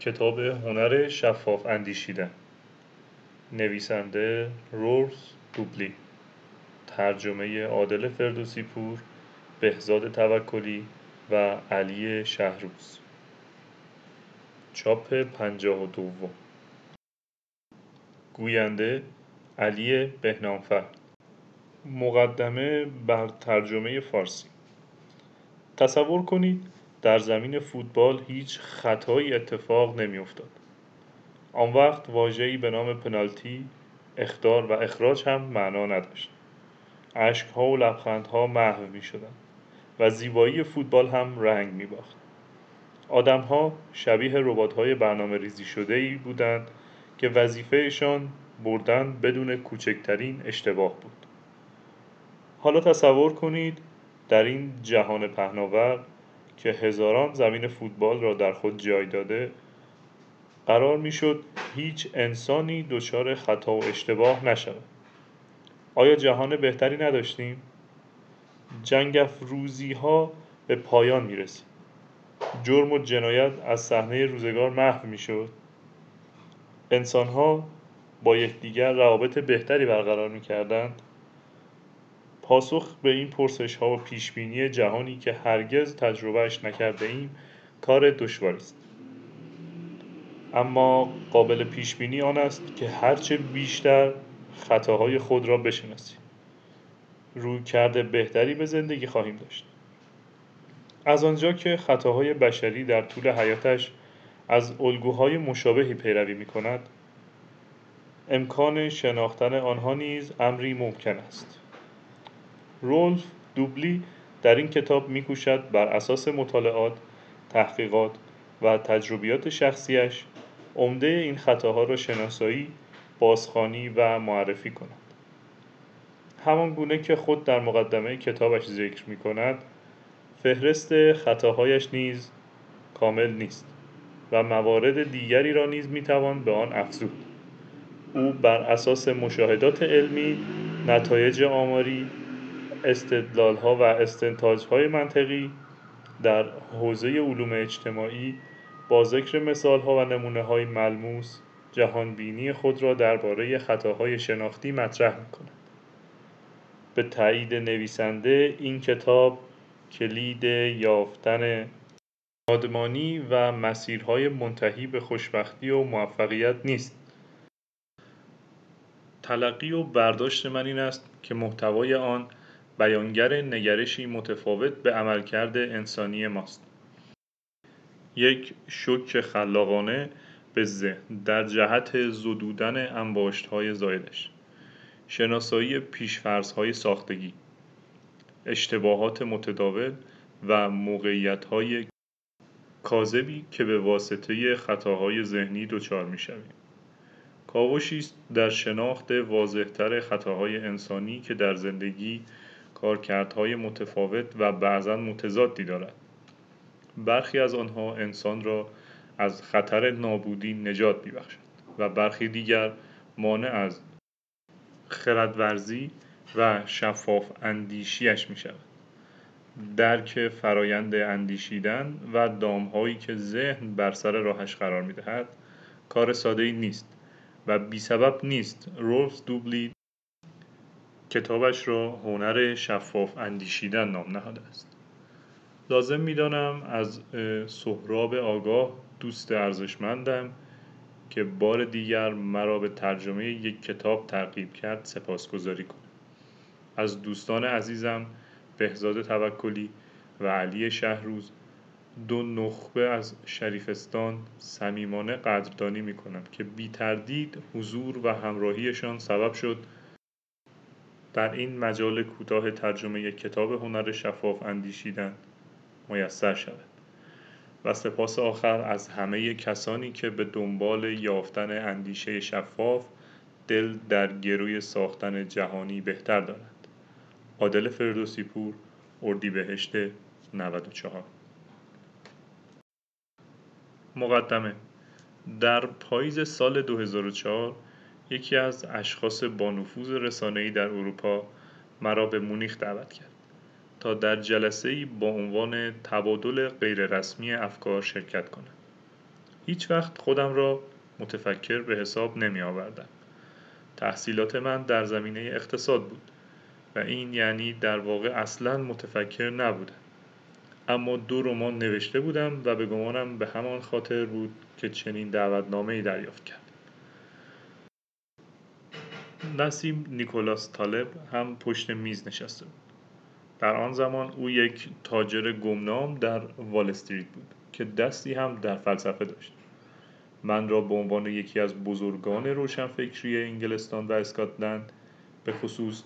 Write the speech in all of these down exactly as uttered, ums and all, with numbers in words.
کتاب هنر شفاف اندیشیدن، نویسنده رولف دوبلی، ترجمه عادل فردوسی پور، بهزاد توکلی و علی شهروز. چاپ پنجاه و دوم. گوینده علی بهنامفر. مقدمه بر ترجمه فارسی. تصور کنید در زمین فوتبال هیچ خطایی اتفاق نمی افتاد. آن وقت واژه‌ای به نام پنالتی، اخطار و اخراج هم معنا نداشت. اشک‌ها و لبخندها محو می شدند و زیبایی فوتبال هم رنگ می باخت. آدم‌ها شبیه ربات‌های برنامه ریزی شده‌ای بودند که وظیفه‌شان بردن بدون کوچکترین اشتباه بود. حالا تصور کنید در این جهان پهناور که هزاران زمین فوتبال را در خود جای داده، قرار می‌شد هیچ انسانی دچار خطا و اشتباه نشود. آیا جهان بهتری نداشتیم؟ جنگ افروزی‌ها به پایان می‌رسید. جرم و جنایت از صحنه روزگار محو می‌شد. انسان‌ها با یکدیگر روابط بهتری برقرار می‌کردند. پاسخ به این پرسش‌ها و پیشبینی جهانی که هرگز تجربهش نکرده ایم کار دشواری است. اما قابل پیشبینی آن است که هرچه بیشتر خطاهای خود را بشناسیم، رویکرد بهتری به زندگی خواهیم داشت. از آنجا که خطاهای بشری در طول حیاتش از الگوهای مشابهی پیروی می‌کند، امکان شناختن آنها نیز امری ممکن است. رولف دوبلی در این کتاب می‌کوشد بر اساس مطالعات، تحقیقات و تجربیات شخصیش عمده این خطاها را شناسایی، بازخوانی و معرفی کند. همان گونه که خود در مقدمه کتابش ذکر می‌کند، فهرست خطاهایش نیز کامل نیست و موارد دیگری را نیز می‌توان به آن افزود. او بر اساس مشاهدات علمی، نتایج آماری، استدلال‌ها و استنتاج‌های منطقی در حوزه علوم اجتماعی با ذکر مثال‌ها و نمونه‌های ملموس، جهانبینی خود را درباره خطاهای شناختی مطرح می‌کند. به تایید نویسنده، این کتاب کلید یافتن شادمانی و مسیرهای منتهی به خوشبختی و موفقیت نیست. تلقی و برداشت من این است که محتوای آن بیانگر نگرشی متفاوت به عملکرد انسانی ماست. یک شوک خلاقانه به ذهن در جهت زدودن انباشت‌های زایدش، شناسایی پیش‌فرض‌های ساختگی، اشتباهات متداول و موقعیت‌های کاذبی که به واسطه خطاهای ذهنی دچار می‌شویم. کاوشی است در شناخت واضح‌تر خطاهای انسانی که در زندگی کارکردهای متفاوت و بعضاً متضادی دارد. برخی از آنها انسان را از خطر نابودی نجات می‌بخشد و برخی دیگر مانع از خردورزی و شفاف اندیشیش می‌شود. درک فرایند اندیشیدن و دام‌هایی که ذهن بر سر راهش قرار می‌دهد کار ساده‌ای نیست و بی‌سبب نیست رولف دوبلی کتابش را هنر شفاف اندیشیدن نام نهاده است. لازم می‌دانم از سهراب آگاه، دوست ارزشمندم که بار دیگر مرا به ترجمه یک کتاب ترغیب کرد سپاسگزاری کنم. از دوستان عزیزم بهزاد توکلی و علی شهروز، دو نخبه از شریفستان، صمیمانه قدردانی می‌کنم که بی تردید حضور و همراهیشان سبب شد در این مجال کوتاه ترجمه یک کتاب هنر شفاف اندیشیدن میسر شود. و سپاس آخر از همه کسانی که به دنبال یافتن اندیشه شفاف دل در گروی ساختن جهانی بهتر دارند. عادل فردوسی پور، اردیبهشت نود و چهار. مقدمه. در پاییز سال دو هزار و چهار یکی از اشخاص با نفوذ رسانه‌ای در اروپا مرا به مونیخ دعوت کرد تا در جلسه‌ای با عنوان تبادل غیررسمی افکار شرکت کنم. هیچ وقت خودم را متفکر به حساب نمی آوردم. تحصیلات من در زمینه اقتصاد بود و این یعنی در واقع اصلاً متفکر نبودم. اما دو رمان نوشته بودم و به گمانم به همان خاطر بود که چنین دعوتنامه‌ای دریافت کردم. نسیم نیکولاس طالب هم پشت میز نشسته بود. در آن زمان او یک تاجر گمنام در وال استریت بود که دستی هم در فلسفه داشت. من را به عنوان یکی از بزرگان روشنفکری انگلستان و اسکاتلند، به خصوص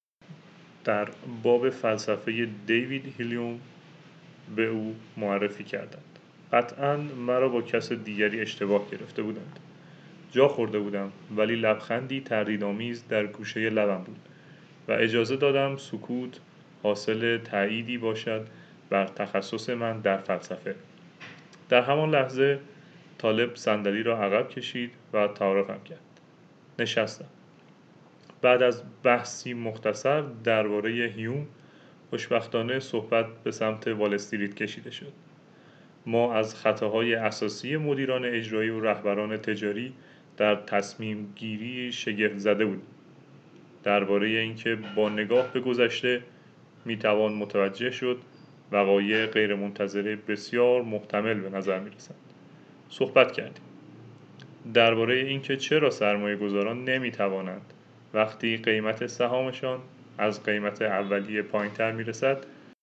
در باب فلسفه دیوید هیلیوم، به او معرفی کردند. قطعاً مرا با کس دیگری اشتباه گرفته بودند. جا خورده بودم، ولی لبخندی تردیدآمیز در گوشه لبم بود و اجازه دادم سکوت حاصل تأییدی باشد بر تخصص من در فلسفه. در همان لحظه طالب صندلی را عقب کشید و تعارفم کرد. نشستم. بعد از بحثی مختصر درباره هیوم، خوشبختانه صحبت به سمت وال استریت کشیده شد. ما از خطاهای اساسی مدیران اجرایی و رهبران تجاری در تصمیم گیری شگفت زده بودیم. درباره اینکه با نگاه به گذشته میتوان متوجه شد وقایع غیرمنتظره بسیار محتمل به نظر میرسند. صحبت کردیم. درباره اینکه چرا سرمایه گذاران نمیتوانند وقتی قیمت سهامشان از قیمت اولیه پایینتر میرسد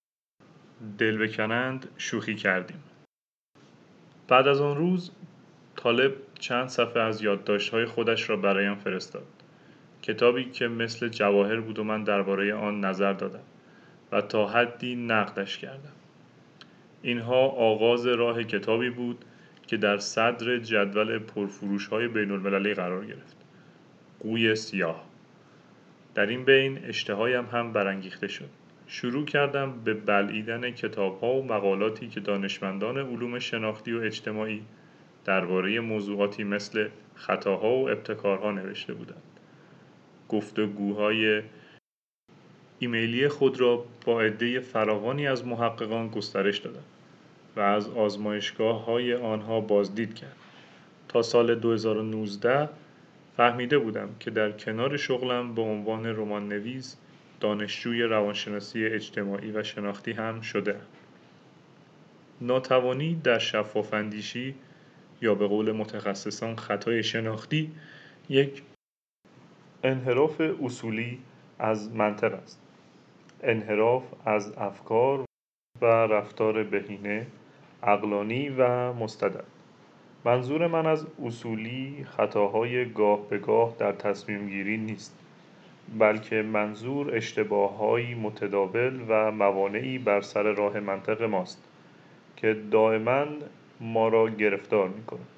دل بکنند شوخی کردیم. بعد از آن روز طالب چند صفحه از یادداشت‌های خودش را برایم فرستاد. کتابی که مثل جواهر بود و من درباره آن نظر دادم و تا حدی نقدش کردم. اینها آغاز راه کتابی بود که در صدر جدول پرفروش‌های بین‌المللی قرار گرفت. قوی سیاه. در این بین اشتهایم هم برانگیخته شد. شروع کردم به بلعیدن کتاب‌ها و مقالاتی که دانشمندان علوم شناختی و اجتماعی درباره موضوعاتی مثل خطاها و ابتکارها نوشته بودند. گفتگوهای ایمیلی خود را با عده فراوانی از محققان گسترش دادم و از آزمایشگاه‌های آنها بازدید کردم. تا سال دو هزار و نوزده فهمیده بودم که در کنار شغلم به عنوان رمان‌نویس دانشجوی روانشناسی اجتماعی و شناختی هم شده. ناتوانی در شفاف‌اندیشی یا به قول متخصصان خطای شناختی یک انحراف اصولی از منطق است. انحراف از افکار و رفتار بهینه، عقلانی و مستدل. منظور من از اصولی خطاهای گاه به گاه در تصمیم گیری نیست، بلکه منظور اشتباه‌هایی متداول و موانعی بر سر راه منطق ماست که دائما ما را گرفتار می‌کند.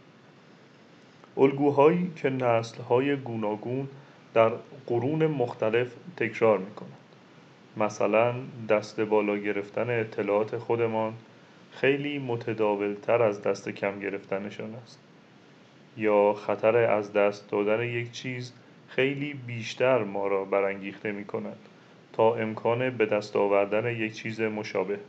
الگوهایی که نسل‌های گوناگون در قرون مختلف تکرار می‌کنند. مثلا دست بالا گرفتن اطلاعات خودمان خیلی متداولتر از دست کم گرفتنشان است. یا خطر از دست دادن یک چیز خیلی بیشتر ما را برانگیخته می‌کند تا امکان به دست آوردن یک چیز مشابه.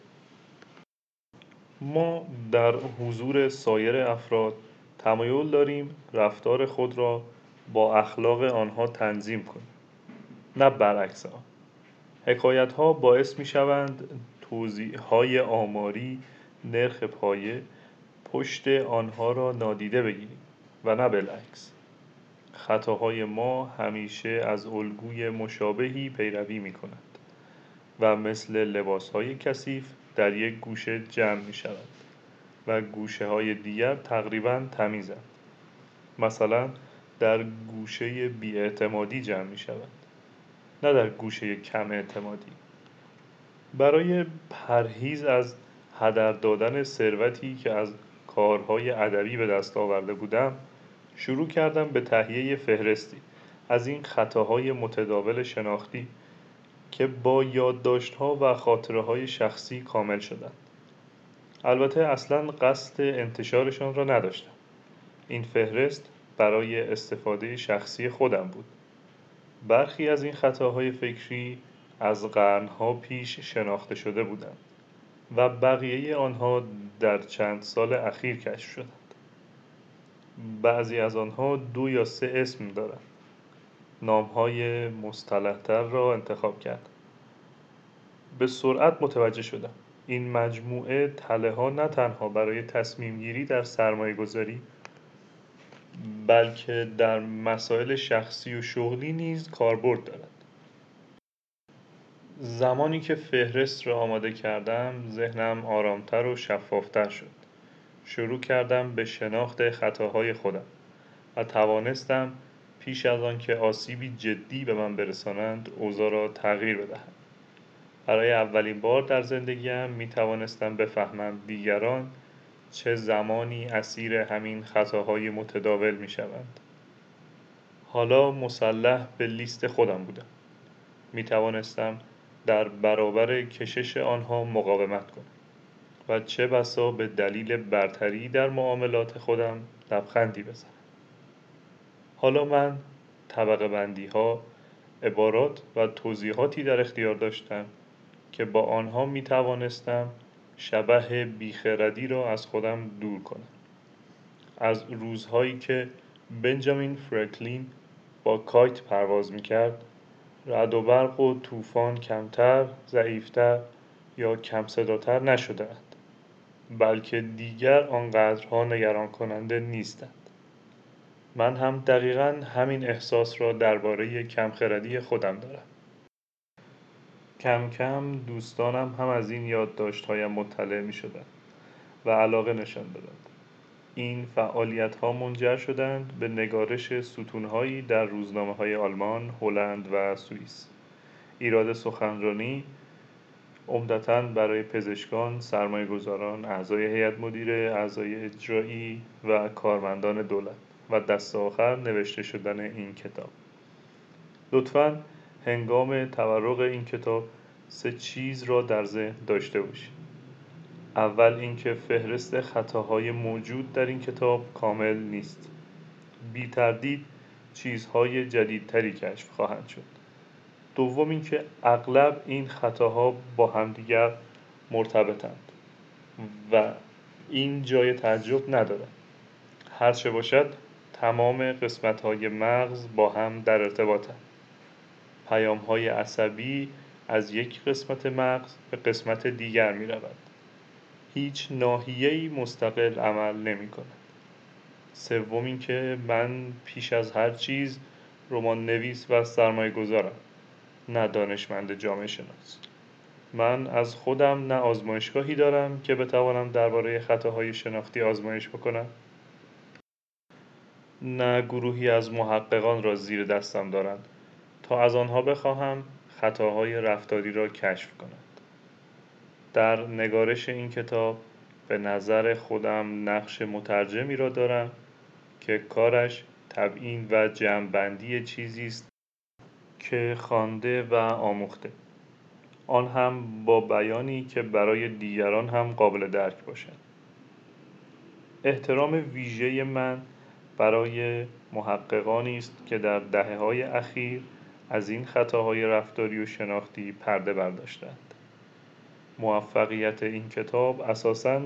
ما در حضور سایر افراد تمایل داریم رفتار خود را با اخلاق آنها تنظیم کنیم، نه برعکس آن. حکایت‌ها باعث می‌شوند توزیع‌های آماری نرخ پایه پشت آنها را نادیده بگیریم و نه بالعکس. خطاهای ما همیشه از الگوی مشابهی پیروی می‌کنند و مثل لباس‌های کثیف در یک گوشه جمع می‌شوند و گوشه‌های دیگر تقریباً تمیزند. مثلا در گوشه بی‌اعتمادی جمع می‌شوند، نه در گوشه کم اعتمادی. برای پرهیز از هدر دادن ثروتی که از کارهای ادبی به دست آورده بودم، شروع کردم به تهیه فهرستی از این خطاهای متداول شناختی که با یادداشت‌ها و خاطره‌های شخصی کامل شدند. البته اصلاً قصد انتشارشان را نداشتم. این فهرست برای استفاده شخصی خودم بود. برخی از این خطاهای فکری از قرن‌ها پیش شناخته شده بودند و بقیه آنها در چند سال اخیر کشف شدند. بعضی از آنها دو یا سه اسم دارند. نام‌های مصطلح‌تر را انتخاب کردم. به سرعت متوجه شدم این مجموعه تله‌ها نه تنها برای تصمیم‌گیری در سرمایه‌گذاری، بلکه در مسائل شخصی و شغلی نیز کاربرد دارد. زمانی که فهرست را آماده کردم، ذهنم آرامتر و شفافتر شد. شروع کردم به شناخت خطاهای خودم و توانستم پیش از آن که آسیبی جدی به من برسانند، اوضاع را تغییر بدهم. برای اولین بار در زندگیم می توانستم بفهمم دیگران چه زمانی اسیر همین خطاهای متداول می شوند. حالا مسلح به لیست خودم بودم. می توانستم در برابر کشش آنها مقاومت کنم و چه بسا به دلیل برتری در معاملات خودم لبخندی بزنم. حالا من طبقه بندی ها، عبارات و توضیحاتی در اختیار داشتم که با آنها می توانستم شبح بیخردی را از خودم دور کنم. از روزهایی که بنجامین فرانکلین با کایت پرواز می کرد، رعد و برق و طوفان کمتر، ضعیفتر یا کم صداتر نشده‌اند، بلکه دیگر آنقدرها نگران کننده نیستند. من هم دقیقاً همین احساس را درباره کمخردی خودم دارم. کم کم دوستانم هم از این یادداشت‌هایم مطلع می‌شدند و علاقه نشان دادند. این فعالیت‌ها منجر شدند به نگارش ستون‌هایی در روزنامه‌های آلمان، هلند و سوئیس. ایراد سخنرانی عمدتاً برای پزشکان، سرمایه‌گذاران، اعضای هیئت مدیره، اعضای اجرایی و کارمندان دولت و دست آخر نوشته شدن این کتاب. لطفاً هنگام تورق این کتاب سه چیز را در ذهن داشته باشید. اول اینکه فهرست خطاهای موجود در این کتاب کامل نیست. بی تردید چیزهای جدیدتری کشف خواهند شد. دوم اینکه اغلب این خطاها با همدیگر مرتبطند و این جای تعجب ندارد. هر چه باشد تمام قسمت‌های مغز با هم در ارتباطند. پیام‌های عصبی از یک قسمت مغز به قسمت دیگر می‌رود. هیچ ناحیه‌ای مستقل عمل نمی‌کند. سوم اینکه من پیش از هر چیز رمان نویس و سرمایه‌گذارم، نه دانشمند جامعه شناس. من از خودم نه آزمایشگاهی دارم که بتوانم درباره خطاهای شناختی آزمایش بکنم، نه گروهی از محققان را زیر دستم دارند تا از آنها بخواهم خطاهای رفتاری را کشف کنند. در نگارش این کتاب به نظر خودم نقش مترجمی را دارم که کارش تبیین و جمع‌بندی چیزی است که خوانده و آموخته، آن هم با بیانی که برای دیگران هم قابل درک باشد. احترام ویژه من برای محققانی است که در دهه‌های اخیر از این خطاهای رفتاری و شناختی پرده برداشتند. موفقیت این کتاب اساساً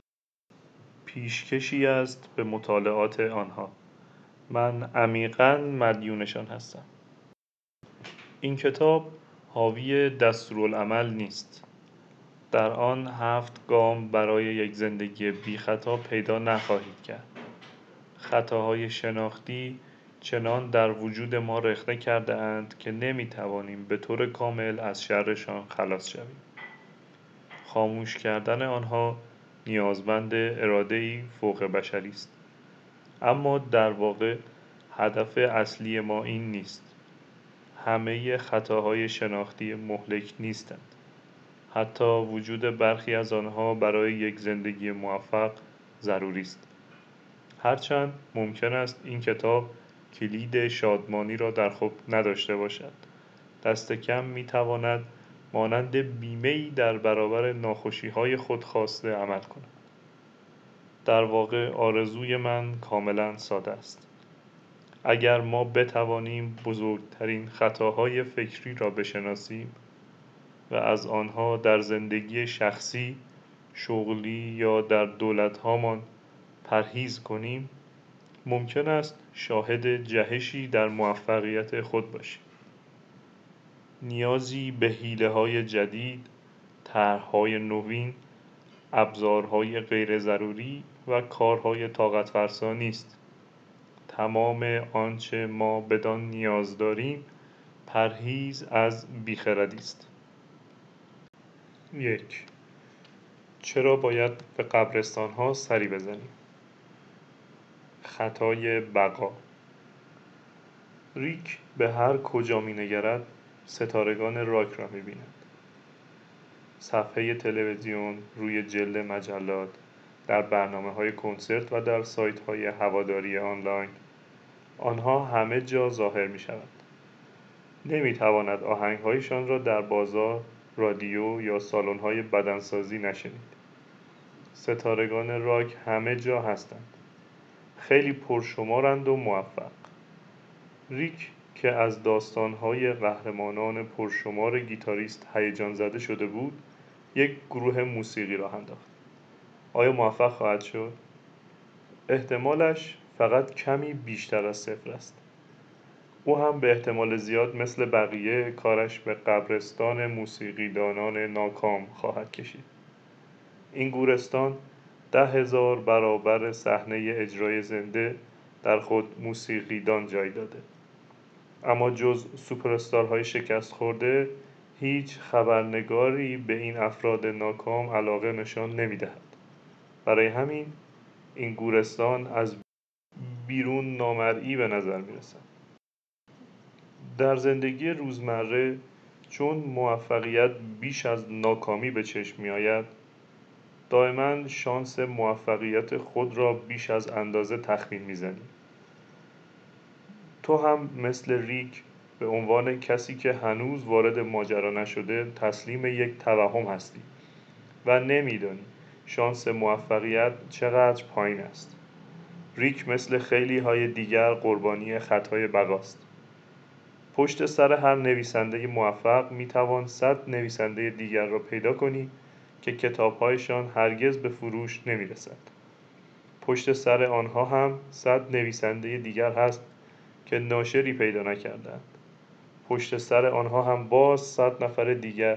پیشکشی است به مطالعات آنها. من عمیقاً مدیونشان هستم. این کتاب حاوی دستورالعمل نیست. در آن هفت گام برای یک زندگی بی خطا پیدا نخواهید کرد. خطاهای شناختی چنان در وجود ما رخنه کرده اند که نمی توانیم به طور کامل از شرشان خلاص شویم. خاموش کردن آنها نیازمند اراده‌ای فوق بشری است. اما در واقع هدف اصلی ما این نیست. همه خطاهای شناختی مهلک نیستند. حتی وجود برخی از آنها برای یک زندگی موفق ضروری است. هرچند ممکن است این کتاب کلید شادمانی را در خود نداشته باشد، دست کم می‌تواند مانند بیمه‌ای در برابر ناخوشی‌های خود خواسته عمل کند. در واقع آرزوی من کاملا ساده است. اگر ما بتوانیم بزرگترین خطاهای فکری را بشناسیم و از آنها در زندگی شخصی، شغلی یا در دولت‌هامان پرهیز کنیم، ممکن است شاهد جهشی در موفقیت خود باشی. نیازی به حیله‌های جدید، طرح‌های نوین، ابزارهای غیر ضروری و کارهای طاقت فرسا نیست. تمام آنچه ما بدان نیاز داریم پرهیز از بیخردی است. یک. چرا باید به قبرستان‌ها سری بزنیم؟ خطای بقا. ریک به هر کجا می‌نگرد ستارگان راک را می‌بیند. صفحه تلویزیون، روی جلد مجلات، در برنامه‌های کنسرت و در سایت‌های هواداری آنلاین، آنها همه جا ظاهر می‌شوند. نمی‌تواند آهنگ‌هایشان را در بازار، رادیو یا سالن‌های بدنسازی نشنید. ستارگان راک همه جا هستند. خیلی پرشمارند و موفق. ریک که از داستان‌های قهرمانان پرشمار گیتاریست هیجان زده شده بود، یک گروه موسیقی راه انداخت. آیا موفق خواهد شد؟ احتمالش فقط کمی بیشتر از صفر است. او هم به احتمال زیاد مثل بقیه کارش به قبرستان موسیقیدانان ناکام خواهد کشید. این گورستان ده هزار برابر صحنه اجرای زنده در خود موسیقیدان جای داده. اما جز سوپراستارهای شکست خورده هیچ خبرنگاری به این افراد ناکام علاقه نشان نمی‌دهد. برای همین این گورستان از بیرون نامرئی به نظر می‌رسد. در زندگی روزمره چون موفقیت بیش از ناکامی به چشم می‌آید، دائما شانس موفقیت خود را بیش از اندازه تخمین می‌زنی. تو هم مثل ریک به عنوان کسی که هنوز وارد ماجرا نشده تسلیم یک توهم هستی و نمی‌دانی شانس موفقیت چقدر پایین است. ریک مثل خیلی های دیگر قربانی خطای بقاست. پشت سر هر نویسنده موفق میتوان صد نویسنده دیگر را پیدا کنی که کتابهایشان هرگز به فروش نمیرسد. پشت سر آنها هم صد نویسنده دیگر هست که ناشری پیدا نکردند. پشت سر آنها هم باز صد نفر دیگر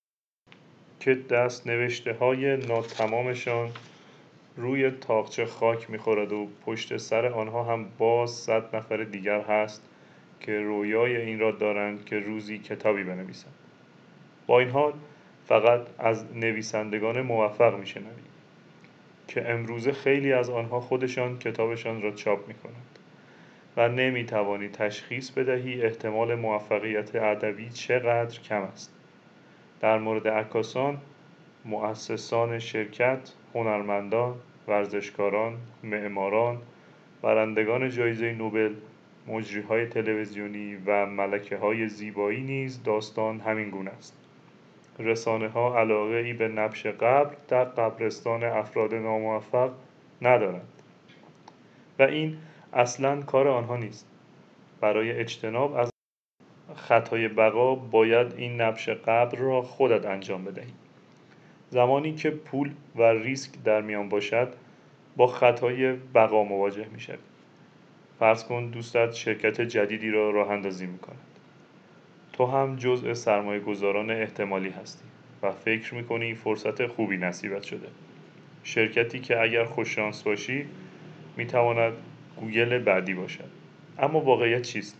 که دست نوشته های ناتمامشان روی تاقچه خاک می‌خورد و پشت سر آنها هم باز صد نفر دیگر هست که رویای این را دارند که روزی کتابی بنویسند. با این حال فقط از نویسندگان موفق می‌شنوی که امروزه خیلی از آنها خودشان کتابشان را چاپ می‌کنند و نمی‌توانی تشخیص بدهی احتمال موفقیت ادبی چقدر کم است. در مورد عکاسان، مؤسسان شرکت، هنرمندان، ورزشکاران، معماران، برندگان جایزه نوبل، مجریهای تلویزیونی و ملکه‌های زیبایی نیز داستان همین گونه است. رسانه‌ها علاقه‌ای به نبش قبر در قبرستان افراد ناموفق ندارند و این اصلاً کار آنها نیست. برای اجتناب از خطای بقا باید این نبش قبر را خودت انجام بدهی. زمانی که پول و ریسک در میان باشد با خطای بقا مواجه می‌شوی. فرض کن دوستت شرکت جدیدی را راه اندازی می‌کند. تو هم جزء سرمایه گذاران احتمالی هستی و فکر می‌کنی فرصت خوبی نصیبت شده. شرکتی که اگر خوششانس باشی می‌تواند گوگل بعدی باشد. اما واقعیت چیست؟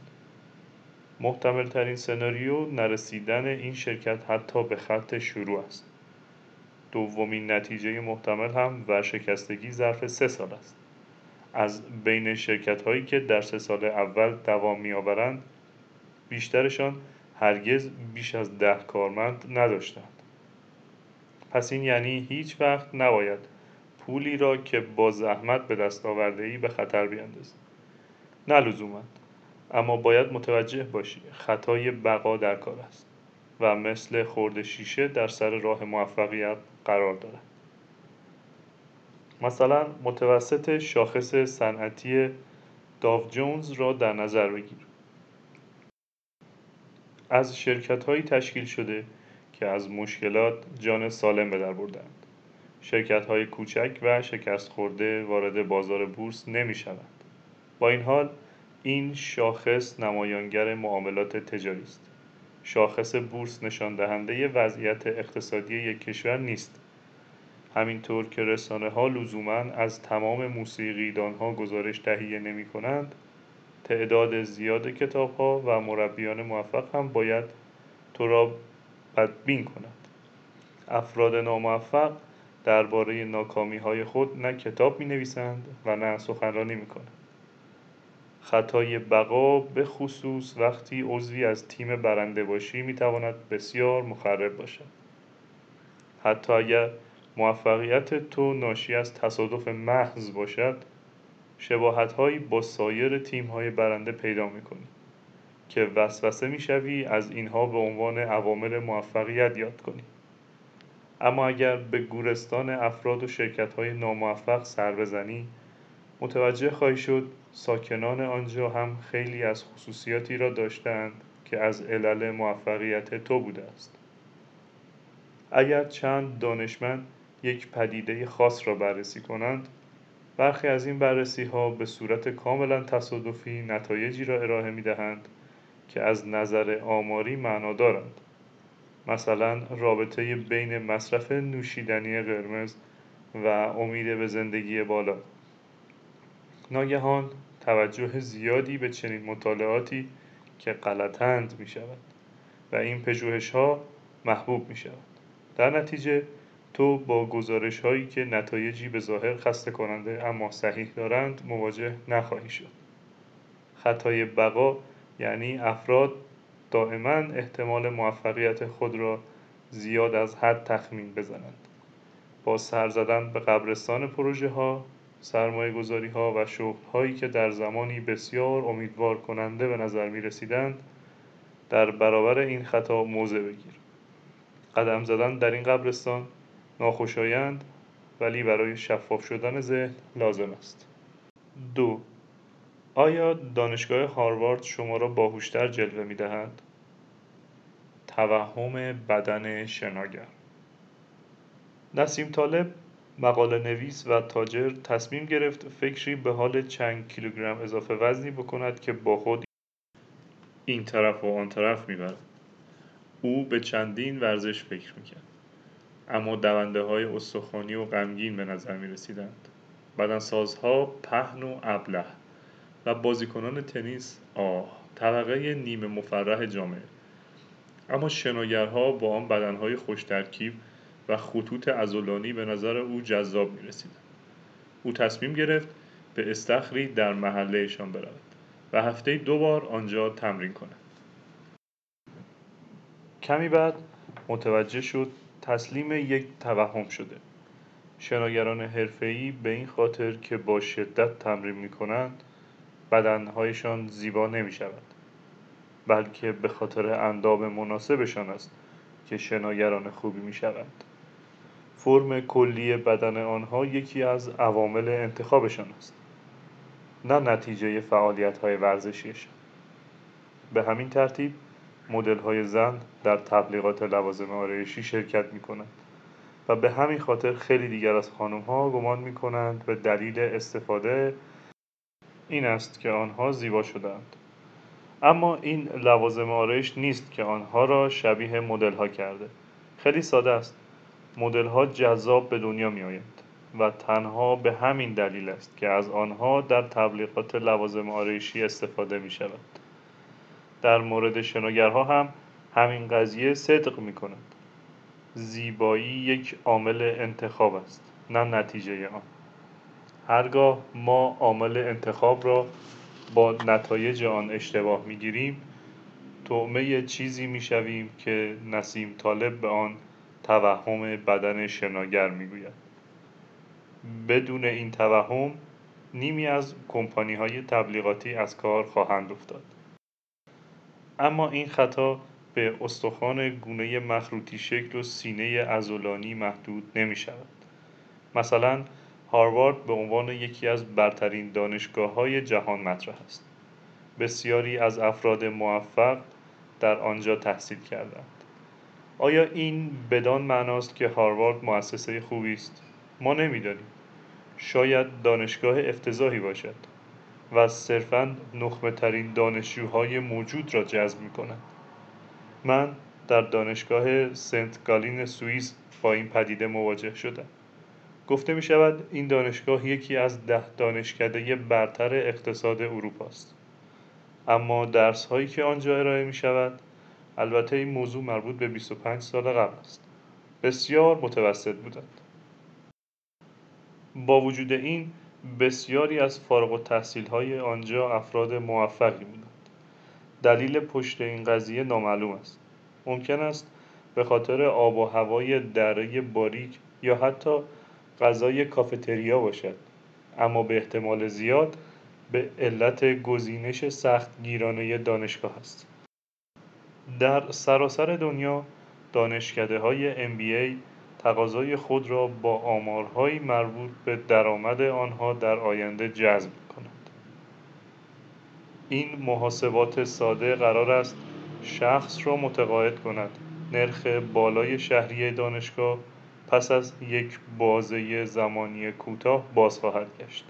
محتمل ترین سناریو نرسیدن این شرکت حتی به خط شروع است. دومین نتیجه محتمل هم ورشکستگی ظرف سه سال است. از بین شرکت‌هایی که در سه سال اول دوام می‌آورند، بیشترشان هرگز بیش از ده کارمند نداشتند. پس این یعنی هیچ وقت نباید پولی را که با زحمت به دست آورده‌ای به خطر بیندازی. نه لزوما، اما باید متوجه باشی خطای بقا در کار است و مثل خرد شیشه در سر راه موفقیت قرار دارد. مثلا متوسط شاخص صنعتی داو جونز را در نظر بگیر. از شرکت‌هایی تشکیل شده که از مشکلات جان سالم به در بردند. شرکت‌های کوچک و شکست خورده وارد بازار بورس نمی‌شوند. با این حال این شاخص نمایانگر معاملات تجاری است. شاخص بورس نشان دهنده وضعیت اقتصادی یک کشور نیست. همینطور که رسانه ها لزوماً از تمام موسیقیدان ها گزارش تهیه نمی کنند، تعداد زیاد کتاب ها و مربیان موفق هم باید تو را بدبین کند. افراد ناموفق درباره ناکامی های خود نه کتاب می نویسند و نه سخنرانی می کنند. خطای بقا به خصوص وقتی عضوی از تیم برنده باشی می تواند بسیار مخرب باشد. حتی اگر موفقیت تو ناشی از تصادف محض باشد، شباهت‌هایی با سایر تیم‌های برنده پیدا می‌کنی که وسوسه می‌شوی از اینها به عنوان عوامل موفقیت یاد کنی. اما اگر به گورستان افراد و شرکت‌های ناموفق سر بزنی، متوجه خواهی شد ساکنان آنجا هم خیلی از خصوصیاتی را داشتند که از علل موفقیت تو بوده است. اگر چند دانشمند یک پدیده خاص را بررسی کنند، برخی از این بررسی‌ها به صورت کاملا تصادفی نتایجی را ارائه می‌دهند که از نظر آماری معنا دارند. مثلا رابطه بین مصرف نوشیدنی قرمز و امید به زندگی بالا. ناگهان توجه زیادی به چنین مطالعاتی که غلطند می‌شود و این پژوهش‌ها محبوب می‌شود. در نتیجه تو با گزارش هایی که نتایجی به ظاهر خسته کننده اما صحیح دارند مواجه نخواهی شد. خطای بقا یعنی افراد دائما احتمال موفقیت خود را زیاد از حد تخمین بزنند. با سر زدن به قبرستان پروژه ها، سرمایه گذاری ها و شغل هایی که در زمانی بسیار امیدوار کننده به نظر می رسیدند، در برابر این خطا موضع بگیر. قدم زدن در این قبرستان ناخوشایند ولی برای شفاف شدن ذهن لازم است. دو. آیا دانشگاه هاروارد شما را باهوشتر جلوه می دهد؟ توهم بدن شناگر. نسیم طالب، مقاله نویس و تاجر، تصمیم گرفت فکری به حال چند کیلوگرم اضافه وزنی بکند که با خود این طرف و آن طرف میبرد. او به چندین ورزش فکر میکرد، اما دونده های استخوانی و غمگین به نظر می رسیدند. بدنسازها پهن و ابله و بازیکنان تنیس آه طبقه نیمه مفرح جامعه. اما شناگرها با آن بدنهای خوش ترکیب و خطوط عضلانی به نظر او جذاب می رسیدند. او تصمیم گرفت به استخری در محلهشان برود و هفته دو بار آنجا تمرین کند. کمی بعد متوجه شد تسلیم یک توهم شده. شناگران حرفه‌ای به این خاطر که با شدت تمرین می‌کنند بدنهایشان زیبا نمی‌شود، بلکه به خاطر اندام مناسبشان است که شناگران خوبی می‌شوند. فرم کلی بدن آنها یکی از عوامل انتخابشان است، نه نتیجه فعالیت‌های ورزشیشان. به همین ترتیب مدل‌های زن در تبلیغات لوازم آرایشی شرکت می‌کنند و به همین خاطر خیلی دیگر از خانم‌ها گمان می‌کنند به دلیل استفاده این است که آنها زیبا شدند. اما این لوازم آرایش نیست که آنها را شبیه مدل‌ها کرده. خیلی ساده است. مدل‌ها جذاب به دنیا می‌آیند و تنها به همین دلیل است که از آنها در تبلیغات لوازم آرایشی استفاده می‌شود. در مورد شناگرها هم همین قضیه صدق می‌کند. زیبایی یک عامل انتخاب است، نه نتیجه آن. هرگاه ما عامل انتخاب را با نتایج آن اشتباه می‌گیریم، طعمه چیزی می‌شویم که نسیم طالب به آن توهم بدن شناگر می‌گوید. بدون این توهم، نیمی از کمپانی‌های تبلیغاتی از کار خواهند افتاد. اما این خطا به استخوان گونه مخروطی شکل و سینه عضلانی محدود نمی‌شود. مثلا هاروارد به عنوان یکی از برترین دانشگاه‌های جهان مطرح است. بسیاری از افراد موفق در آنجا تحصیل کردند. آیا این بدان معناست که هاروارد مؤسسه خوبی است؟ ما نمی‌دانیم. شاید دانشگاه افتضاحی باشد. و صرفاً نخبه‌ترین دانشجوهای موجود را جذب می‌کند. من در دانشگاه سنت گالین سوئیس با این پدیده مواجه شدم. گفته می شود این دانشگاه یکی از ده دانشکده برتر اقتصاد اروپا است. اما درس هایی که آنجا ارائه می شود، البته این موضوع مربوط به بیست و پنج سال قبل است، بسیار متوسط بودند. با وجود این بسیاری از فارغ التحصیل های آنجا افراد موفقی بودند. دلیل پشت این قضیه نامعلوم است. ممکن است به خاطر آب و هوای دره باریک یا حتی غذای کافتریا باشد، اما به احتمال زیاد به علت گزینش سخت گیرانه دانشگاه است. در سراسر دنیا دانشکده‌های ام بی ای تقاضای خود را با آمارهایی مربوط به درآمد آنها در آینده جذب کنند. این محاسبات ساده قرار است شخص را متقاعد کند نرخ بالای شهریه دانشگاه پس از یک بازه زمانی کوتاه باز خواهد گشت.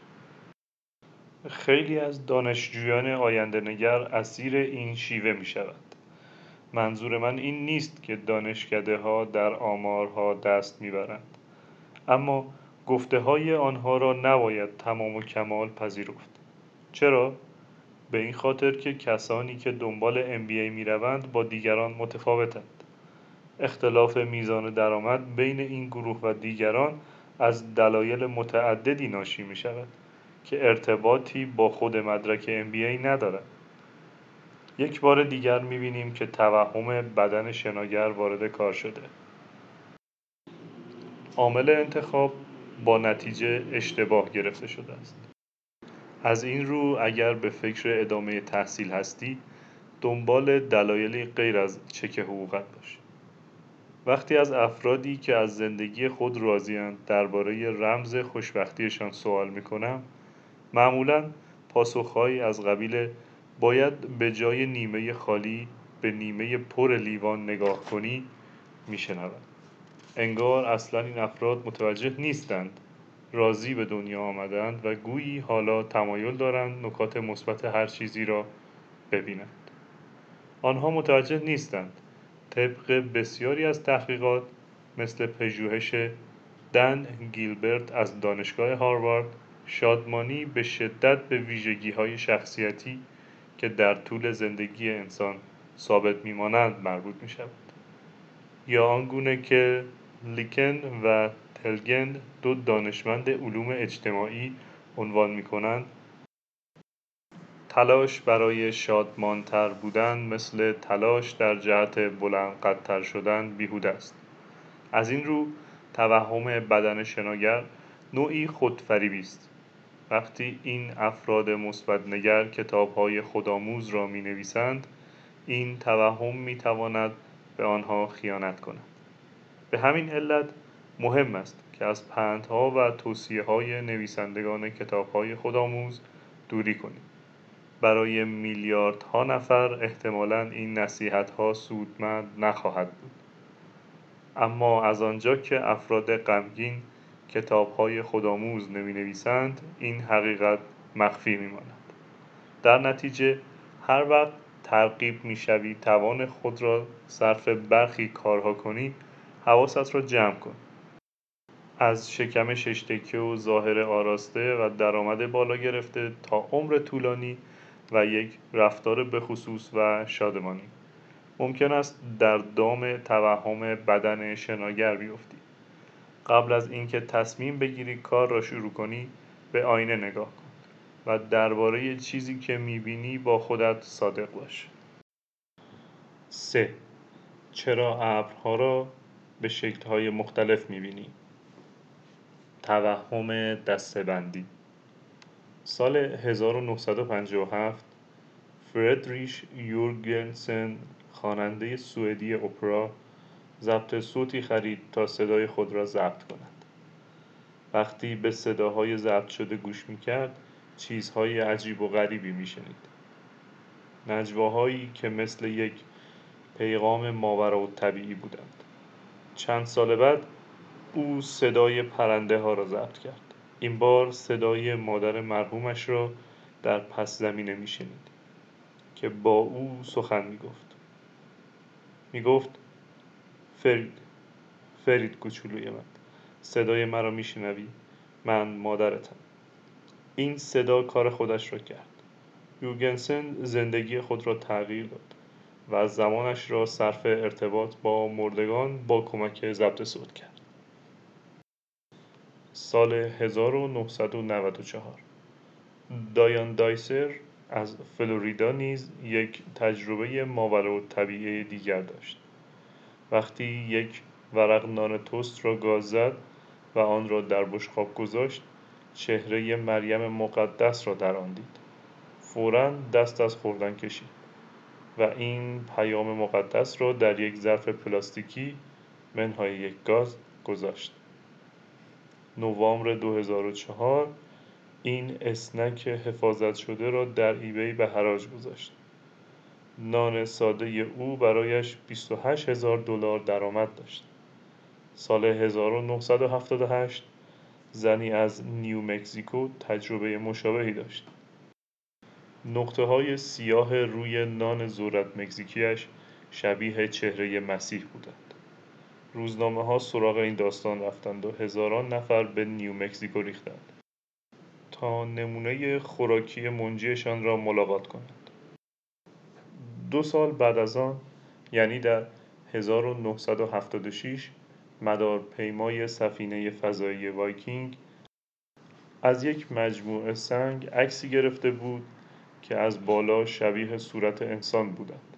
خیلی از دانشجویان آینده‌نگر اسیر این شیوه می‌شوند. منظور من این نیست که دانشکده‌ها در آمارها دست می‌برند، اما گفته‌های آنها را نباید تمام و کمال پذیرفت. چرا؟ به این خاطر که کسانی که دنبال ام بی ای می‌روند با دیگران متفاوتند. اختلاف میزان درآمد بین این گروه و دیگران از دلایل متعددی ناشی می‌شود که ارتباطی با خود مدرک ام بی ای ندارد. یک بار دیگر می‌بینیم که توهم بدن شناگر وارد کار شده. عامل انتخاب با نتیجه اشتباه گرفته شده است. از این رو اگر به فکر ادامه تحصیل هستی، دنبال دلایلی غیر از چک حقوقت باش. وقتی از افرادی که از زندگی خود راضی‌اند درباره رمز خوشبختیشان سوال می‌کنم، معمولاً پاسخهایی از قبیل باید به جای نیمه خالی به نیمه پر لیوان نگاه کنی می‌شنوم. انگار اصلاً این افراد متوجه نیستند راضی به دنیا آمدند و گویی حالا تمایل دارند نکات مثبت هر چیزی را ببینند. آنها متوجه نیستند طبق بسیاری از تحقیقات مثل پژوهش دن گیلبرت از دانشگاه هاروارد، شادمانی به شدت به ویژگی‌های شخصیتی که در طول زندگی انسان ثابت می‌مانند مربوط می‌شود. یا آنگونه که لیکن و تلگن، دو دانشمند علوم اجتماعی، عنوان می‌کنند تلاش برای شادمان‌تر بودن مثل تلاش در جهت بلندقدتر شدن بیهوده است. از این رو توهم بدن شناگر نوعی خودفریبی است. وقتی این افراد مثبت‌نگر کتاب‌های خودآموز را می‌نویسند، این توهم می‌تواند به آنها خیانت کند. به همین علت مهم است که از پندها و توصیه‌های نویسندگان کتاب‌های خودآموز دوری کنیم. برای میلیاردها نفر احتمالاً این نصیحت‌ها سودمند نخواهد بود. اما از آنجا که افراد غمگین کتاب‌های خودآموز نمی‌نویسند، این حقیقت مخفی می‌ماند. در نتیجه هر وقت ترغیب می‌شوی توان خود را صرف برخی کارها کنی، حواست را جمع کن. از شکم شش تکه و ظاهر آراسته و درآمد بالا گرفته تا عمر طولانی و یک رفتار بخصوص و شادمانی، ممکن است در دام توهم بدن شناگر بیفتی. قبل از اینکه تصمیم بگیری کار را شروع کنی، به آینه نگاه کن و درباره چیزی که می‌بینی با خودت صادق باش. سه. چرا ابرها را به شکل‌های مختلف می‌بینی؟ توهم دسته‌بندی. سال هزار و نهصد و پنجاه و هفت فردریش یورگنسن، خواننده سوئدی اپرا، ضبط صوتی خرید تا صدای خود را ضبط کند. وقتی به صداهای ضبط شده گوش می‌کرد، چیزهای عجیب و غریبی می‌شنید. نجواهایی که مثل یک پیغام ماوراءالطبیعی بودند. چند سال بعد او صدای پرنده ها را ضبط کرد. این بار صدای مادر مرحومش را در پس زمینه میشنید که با او سخن میگفت. میگفت فرید فرید کوچولوی من، صدای مرا میشنوی؟ من مادرتم. این صدا کار خودش را کرد. یوگنسن زندگی خود را تغییر داد و از زمانش را صرف ارتباط با مردگان با کمک ضبط صوت کرد. سال هزار و نهصد و نود و چهار دایان دایسر از فلوریدا نیز یک تجربه ماورالطبیعه دیگر داشت. وقتی یک ورق نان توست را گاز زد و آن را در بشقاب گذاشت، چهره مریم مقدس را در آن دید. فوراً دست از خوردن کشید و این پیام مقدس را در یک ظرف پلاستیکی منهای یک گاز گذاشت. نوامبر دو هزار و چهار این اسنک حفاظت شده را در ایبی به حراج گذاشت. نان ساده او برایش بیست و هشت هزار دلار درآمد داشت. سال هزار و نهصد و هفتاد و هشت زنی از نیومکزیکو تجربه مشابهی داشت. نقطه‌های سیاه روی نان ذرت مکزیکیش شبیه چهره مسیح بودند. روزنامه‌ها سراغ این داستان رفتند و هزاران نفر به نیومکزیکو ریختند تا نمونه خوراکی منجیشان را ملاقات کنند. دو سال بعد از آن، یعنی در هزار و نهصد و هفتاد و شش، مدارپیمای سفینه فضایی وایکینگ از یک مجموعه سنگ عکسی گرفته بود که از بالا شبیه صورت انسان بودند.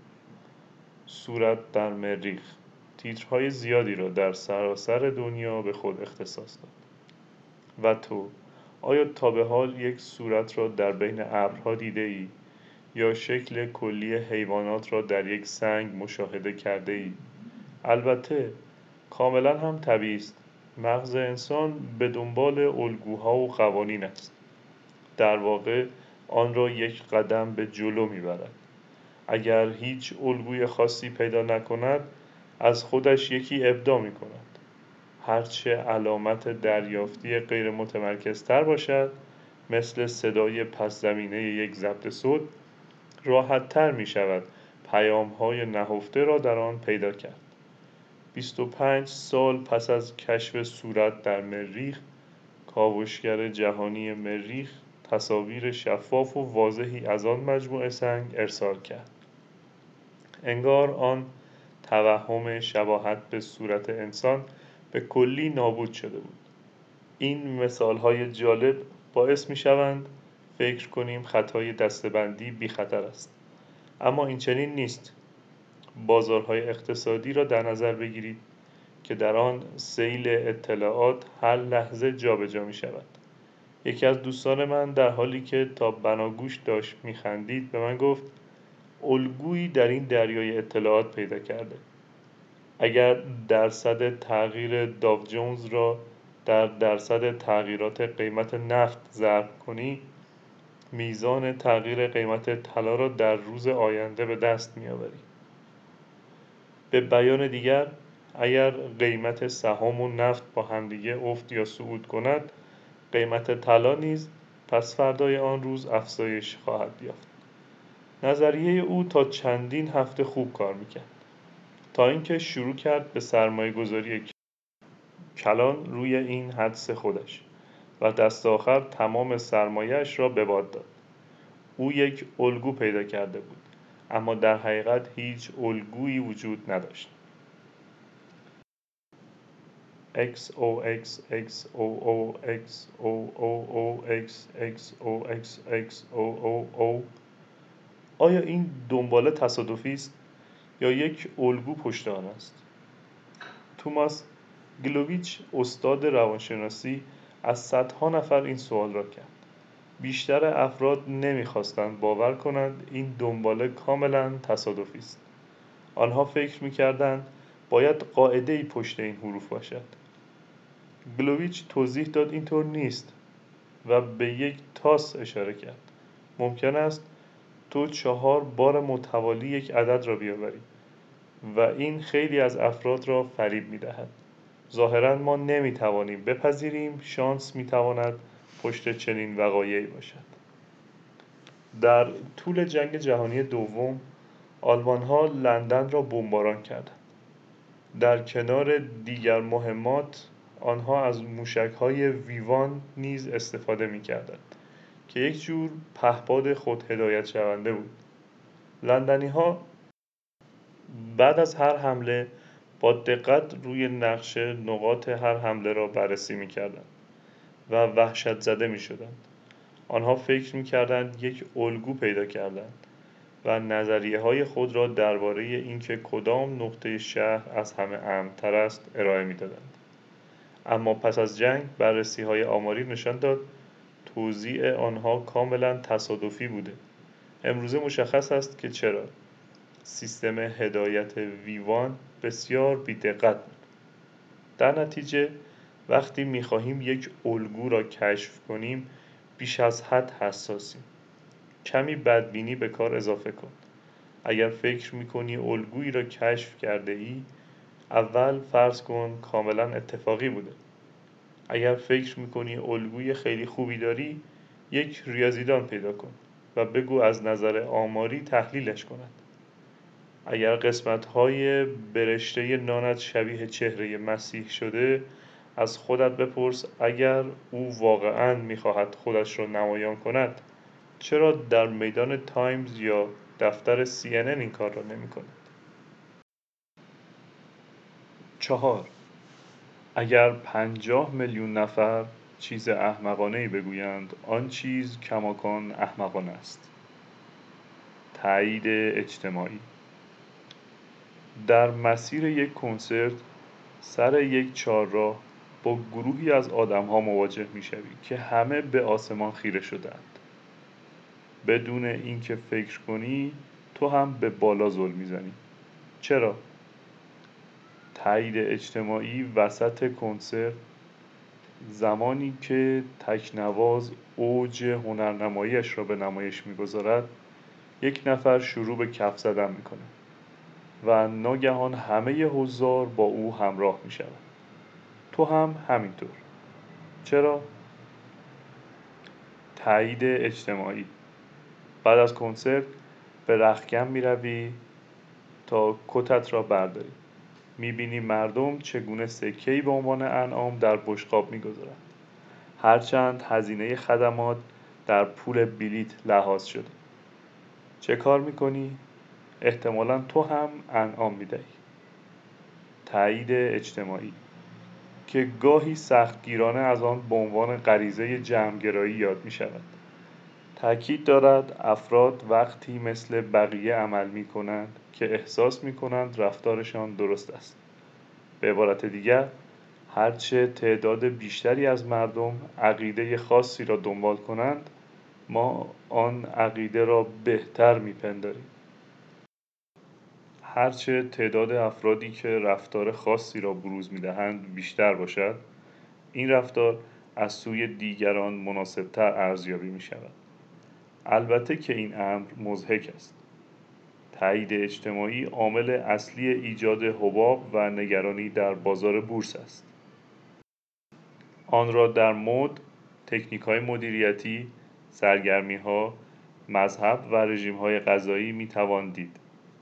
صورت در مریخ تیترهای زیادی را در سراسر دنیا به خود اختصاص داد. و تو، آیا تا به حال یک صورت را در بین ابرها دیده ای؟ یا شکل کلی حیوانات را در یک سنگ مشاهده کرده ای؟ البته کاملا هم طبیعی است. مغز انسان به دنبال الگوها و قوانین است. در واقع آن را یک قدم به جلو میبرد. اگر هیچ الگوی خاصی پیدا نکند، از خودش یکی ابداع می کند. هرچه علامت دریافتی غیر متمرکزتر باشد، مثل صدای پس زمینه یک ضبط صوت، راحت تر می شود پیام های نهفته را در آن پیدا کرد. بیست و پنج سال پس از کشف صورت در مریخ، کاوشگر جهانی مریخ تصاویر شفاف و واضحی از آن مجموعه سنگ ارسال کرد. انگار آن توهم شباهت به صورت انسان به کلی نابود شده بود. این مثال‌های جالب باعث می‌شوند فکر کنیم خطای دسته‌بندی بی خطر است. اما این چنین نیست. بازارهای اقتصادی را در نظر بگیرید که در آن سیل اطلاعات هر لحظه جابجا می‌شود. یکی از دوستان من در حالی که تا بناگوش داشت می‌خندید به من گفت الگویی در این دریای اطلاعات پیدا کرده. اگر درصد تغییر داو جونز را در درصد تغییرات قیمت نفت ضرب کنی، میزان تغییر قیمت طلا را در روز آینده به دست می‌آوری. به بیان دیگر، اگر قیمت سهام و نفت با همدیگه افت یا صعود کند، قیمت طلا نیز پس فردای آن روز افزایش خواهد یافت. نظریه او تا چندین هفته خوب کار میکرد، تا اینکه شروع کرد به سرمایه گذاری کلان روی این حدس خودش و دست آخر تمام سرمایه‌اش را به باد داد. او یک الگو پیدا کرده بود، اما در حقیقت هیچ الگویی وجود نداشت. X O X X O O X O O O X X O X X O O O آیا این دنباله تصادفی است یا یک الگو پشت آن است؟ توماس گلوویچ، استاد روانشناسی، از صدها نفر این سوال را کرد. بیشتر افراد نمی‌خواستند باور کنند این دنباله کاملا تصادفی است. آنها فکر می‌کردند باید قاعده‌ای پشت این حروف باشد. گلوویچ توضیح داد اینطور نیست و به یک تاس اشاره کرد. ممکن است تو چهار بار متوالی یک عدد را بیاوری و این خیلی از افراد را فریب می‌دهد. ظاهراً ما نمی‌توانیم بپذیریم شانس می‌تواند پشت چنین وقایعی باشد. در طول جنگ جهانی دوم آلمان‌ها لندن را بمباران کردند. در کنار دیگر مهمات آنها از موشک‌های ویوان نیز استفاده می‌کردند که یک جور پهپاد خود هدایت شونده بود. لندنی‌ها بعد از هر حمله با دقت روی نقشه نقاط هر حمله را بررسی می‌کردند و وحشت زده می‌شدند. آنها فکر می‌کردند یک الگو پیدا کردند و نظریه‌های خود را درباره اینکه کدام نقطه شهر از همه امن‌تر است ارائه می‌دادند. اما پس از جنگ بررسی‌های آماری نشان داد توزیع آنها کاملا تصادفی بوده. امروزه مشخص است که چرا. سیستم هدایت ویوان بسیار بی‌دقت بود. در نتیجه وقتی می‌خواهیم یک الگو را کشف کنیم بیش از حد حساسیم. کمی بدبینی به کار اضافه کن. اگر فکر می‌کنی الگویی را کشف کرده ای، اول فرض کن کاملا اتفاقی بوده. اگر فکر می‌کنی الگوی خیلی خوبی داری، یک ریاضیدان پیدا کن و بگو از نظر آماری تحلیلش کند. اگر قسمت‌های برشته نانت شبیه چهره مسیح شده، از خودت بپرس اگر او واقعاً می‌خواهد خودش را نمایان کند، چرا در میدان تایمز یا دفتر سی ان ان این کار را نمی‌کند؟ چهار. اگر پنجاه میلیون نفر چیز احمقانه‌ای بگویند، آن چیز کماکان احمقانه است. تایید اجتماعی. در مسیر یک کنسرت سر یک چهارراه با گروهی از آدم‌ها مواجه می‌شوی که همه به آسمان خیره شده‌اند. بدون اینکه فکر کنی تو هم به بالا زل می‌زنی. چرا؟ تایید اجتماعی وسط کنسرت، زمانی که تکنواز اوج هنرنمایی‌اش را به نمایش می‌گذارد، یک نفر شروع به کف زدن می‌کند و ناگهان همه حضار با او همراه می‌شوند. تو هم همینطور. چرا؟ تایید اجتماعی. بعد از کنسرت به رختکن می‌روی تا کتت را برداری. می‌بینی مردم چگونه سکه‌ای به عنوان انعام در بشقاب می‌گذارند. هرچند هزینه خدمات در پول بلیط لحاظ شده. چه کار می‌کنی؟ احتمالاً تو هم انعام می‌دهی. تایید اجتماعی که گاهی سختگیرانه از آن به عنوان غریزه جمع‌گرایی یاد می‌شود. تأکید دارد افراد وقتی مثل بقیه عمل می‌کنند که احساس می‌کنند رفتارشان درست است. به عبارت دیگر، هرچه تعداد بیشتری از مردم عقیده خاصی را دنبال کنند، ما آن عقیده را بهتر می‌پنداریم. هرچه تعداد افرادی که رفتار خاصی را بروز می‌دهند بیشتر باشد، این رفتار از سوی دیگران مناسب‌تر ارزیابی می‌شود. البته که این امر مضحک است. تایید اجتماعی عامل اصلی ایجاد حباب و نگرانی در بازار بورس است. آن را در مد، تکنیک‌های مدیریتی، سرگرمی‌ها، مذهب و رژیم‌های غذایی می‌توان دید.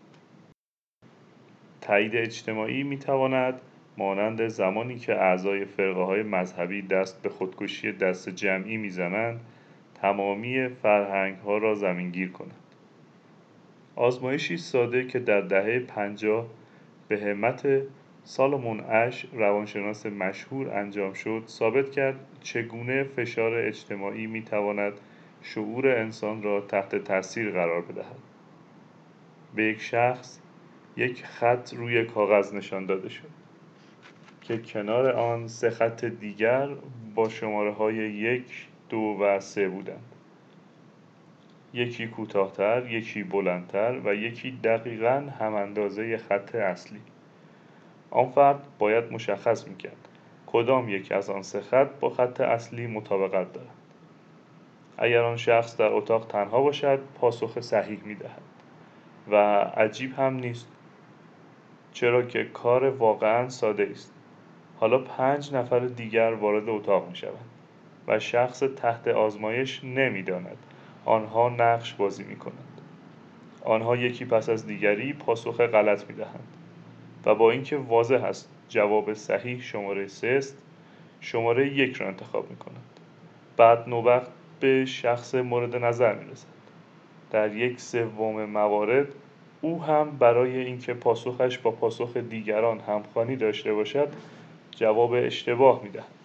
تایید اجتماعی می‌تواند مانند زمانی که اعضای فرقه‌های مذهبی دست به خودکشی دست جمعی می‌زنند، تمامی فرهنگ‌ها را زمینگیر کند. آزمایشی ساده که در دهه پنجاه به همت سالومون اش روانشناس مشهور انجام شد، ثابت کرد چگونه فشار اجتماعی می‌تواند شعور انسان را تحت تاثیر قرار بدهد. به یک شخص یک خط روی کاغذ نشان داده شد که کنار آن سه خط دیگر با شماره‌های یک، دو و سه بودند. یکی کوتاه‌تر، یکی بلندتر و یکی دقیقاً هم‌اندازه خط اصلی. آن فرد باید مشخص می‌کرد کدام یک از آن سه خط با خط اصلی مطابقت دارد. اگر آن شخص در اتاق تنها باشد، پاسخ صحیح می‌دهد و عجیب هم نیست، چرا که کار واقعاً ساده است. حالا پنج نفر دیگر وارد اتاق می‌شوند و شخص تحت آزمایش نمی‌داند آنها نقش بازی می کنند. آنها یکی پس از دیگری پاسخ غلط می دهند و با اینکه واضح است جواب صحیح شماره سه است، شماره یک را انتخاب می کنند. بعد نوبت به شخص مورد نظر می رسد. در یک سوم موارد او هم برای اینکه پاسخش با پاسخ دیگران همخوانی داشته باشد جواب اشتباه می دهد.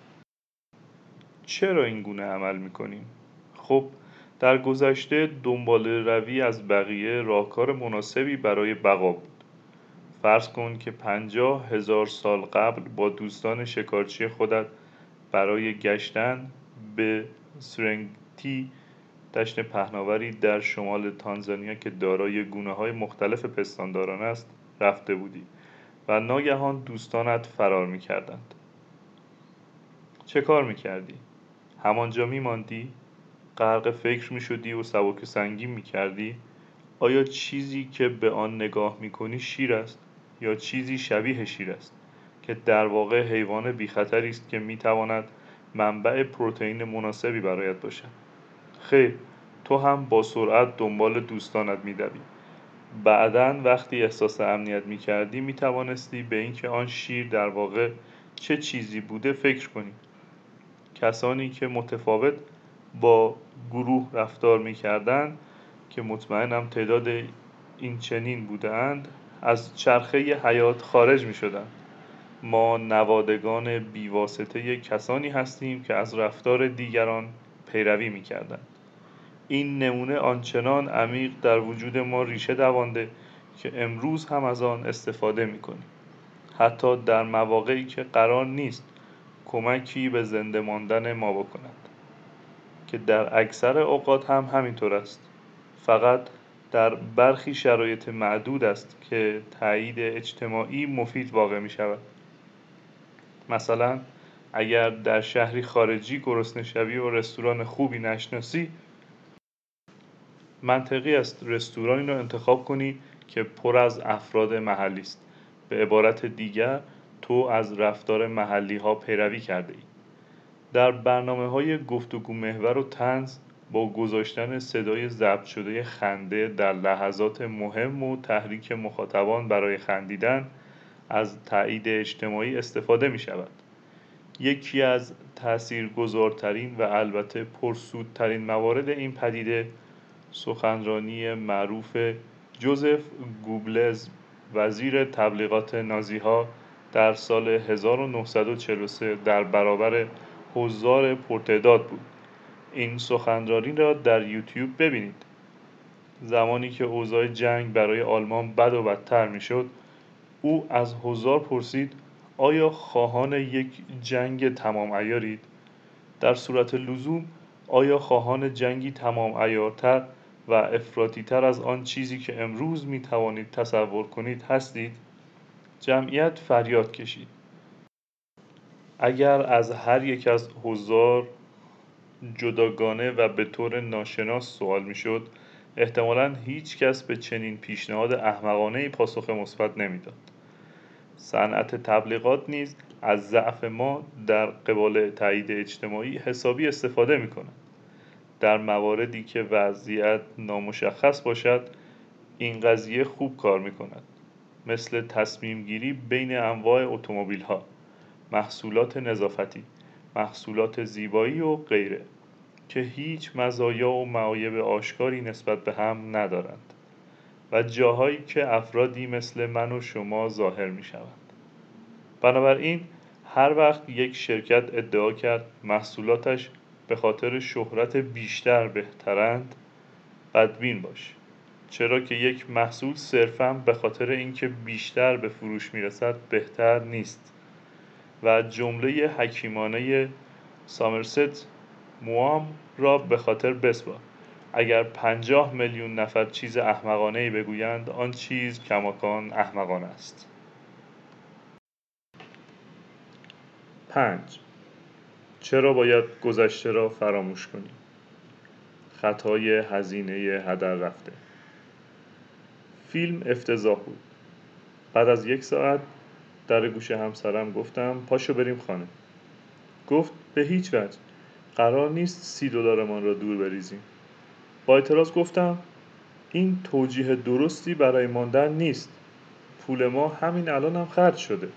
چرا این گونه عمل می کنیم؟ خب در گذشته دنبال روی از بقیه راهکار مناسبی برای بقا بود. فرض کن که پنجاه هزار سال قبل با دوستان شکارچی خودت برای گشتن به سرنگتی، دشت پهناوری در شمال تانزانیا که دارای گونه‌های مختلف پستانداران است، رفته بودی و ناگهان دوستانت فرار می‌کردند. چه کار می‌کردی؟ همانجا می‌ماندی؟ غرق فکر می‌شدی و سبک سنگین می‌کردی؟ آیا چیزی که به آن نگاه می‌کنی شیر است یا چیزی شبیه شیر است که در واقع حیوان بی‌خطری است که می‌تواند منبع پروتئین مناسبی برایت باشد؟ خیر، تو هم با سرعت دنبال دوستانت می‌دوی. بعداً وقتی احساس امنیت می‌کردی می‌توانستی به اینکه آن شیر در واقع چه چیزی بوده فکر کنی. کسانی که متفاوت با گروه رفتار می‌کردند که مطمئنم تعداد این چنین بودند از چرخه حیات خارج می‌شدند. ما نوادگان بیواسطه کسانی هستیم که از رفتار دیگران پیروی می‌کردند. این نمونه آنچنان عمیق در وجود ما ریشه دوانده که امروز هم از آن استفاده می‌کنیم، حتی در مواقعی که قرار نیست کمکی به زنده ماندن ما بکند، که در اکثر اوقات هم همینطور است. فقط در برخی شرایط معدود است که تایید اجتماعی مفید واقع می شود. مثلا اگر در شهری خارجی گرسنه شوی و رستوران خوبی نشناسی، منطقی است رستورانی را انتخاب کنی که پر از افراد محلی است. به عبارت دیگر تو از رفتار محلی ها پیروی کرده ای. در برنامه‌های گفتگو محور و طنز با گذاشتن صدای ضبط شده خنده در لحظات مهم و تحریک مخاطبان برای خندیدن از تایید اجتماعی استفاده می شود. یکی از تأثیرگذارترین و البته پرسودترین موارد این پدیده سخنرانی معروف جوزف گوبلز، وزیر تبلیغات نازی‌ها در سال هزار و نهصد و چهل و سه در برابر حضار پرتعداد بود. این سخنرانی را در یوتیوب ببینید. زمانی که اوضاع جنگ برای آلمان بد و بدتر میشد، او از حضار پرسید آیا خواهان یک جنگ تمام عیارید؟ در صورت لزوم آیا خواهان جنگی تمام عیارتر و افراطی‌تر از آن چیزی که امروز می توانید تصور کنید هستید؟ جمعیت فریاد کشید. اگر از هر یک از حضار جداگانه و به طور ناشناس سوال میشد، احتمالاً هیچ کس به چنین پیشنهاد احمقانه‌ای پاسخ مثبت نمیداد. صنعت تبلیغات نیز از ضعف ما در قبال تایید اجتماعی حسابی استفاده می‌کند. در مواردی که وضعیت نامشخص باشد، این قضیه خوب کار می‌کند. مثل تصمیم گیری بین انواع اتومبیل‌ها، محصولات نظافتی، محصولات زیبایی و غیره که هیچ مزایا و معایب آشکاری نسبت به هم ندارند و جاهایی که افرادی مثل من و شما ظاهر می‌شوند. بنابراین هر وقت یک شرکت ادعا کرد محصولاتش به خاطر شهرت بیشتر بهترند، بدبین باش، چرا که یک محصول صرفاً به خاطر اینکه بیشتر به فروش میرسد بهتر نیست. و جمله حکیمانه سامرست موام را به خاطر بسپار: اگر پنجاه میلیون نفر چیز احمقانه‌ای بگویند، آن چیز کماکان احمقانه است. پنج. چرا باید گذشته را فراموش کنیم؟ خطای هزینه هدر رفته. فیلم افتضاح بود. بعد از یک ساعت در گوش همسرم گفتم پاشو بریم خانه. گفت به هیچ وجه، قرار نیست سی دلارمان را دور بریزیم. با اعتراض گفتم این توجیه درستی برای ماندن نیست. پول ما همین الان هم خرج شده.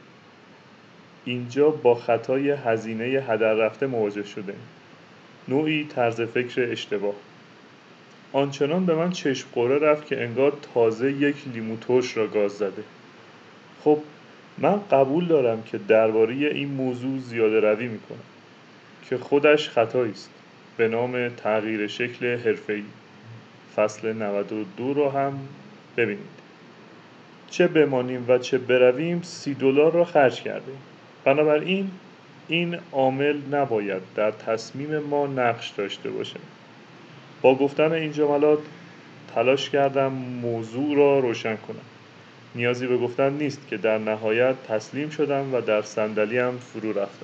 اینجا با خطای هزینه هدر رفته مواجه شده. نوعی طرز فکر اشتباه. آنچنان به من چشم قره رفت که انگار تازه یک لیمو ترش را گاز زده. خب من قبول دارم که درباره این موضوع زیاده روی میکنم که خودش خطایی است. به نام تغییر شکل حرفه‌ای. فصل نود و دو را هم ببینید. چه بمانیم و چه برویم سی دلار را خرج کردیم. بنابراین این عامل نباید در تصمیم ما نقش داشته باشه. با گفتن این جملات تلاش کردم موضوع را روشن کنم. نیازی به گفتن نیست که در نهایت تسلیم شدم و در صندلی‌ام فرو رفتم.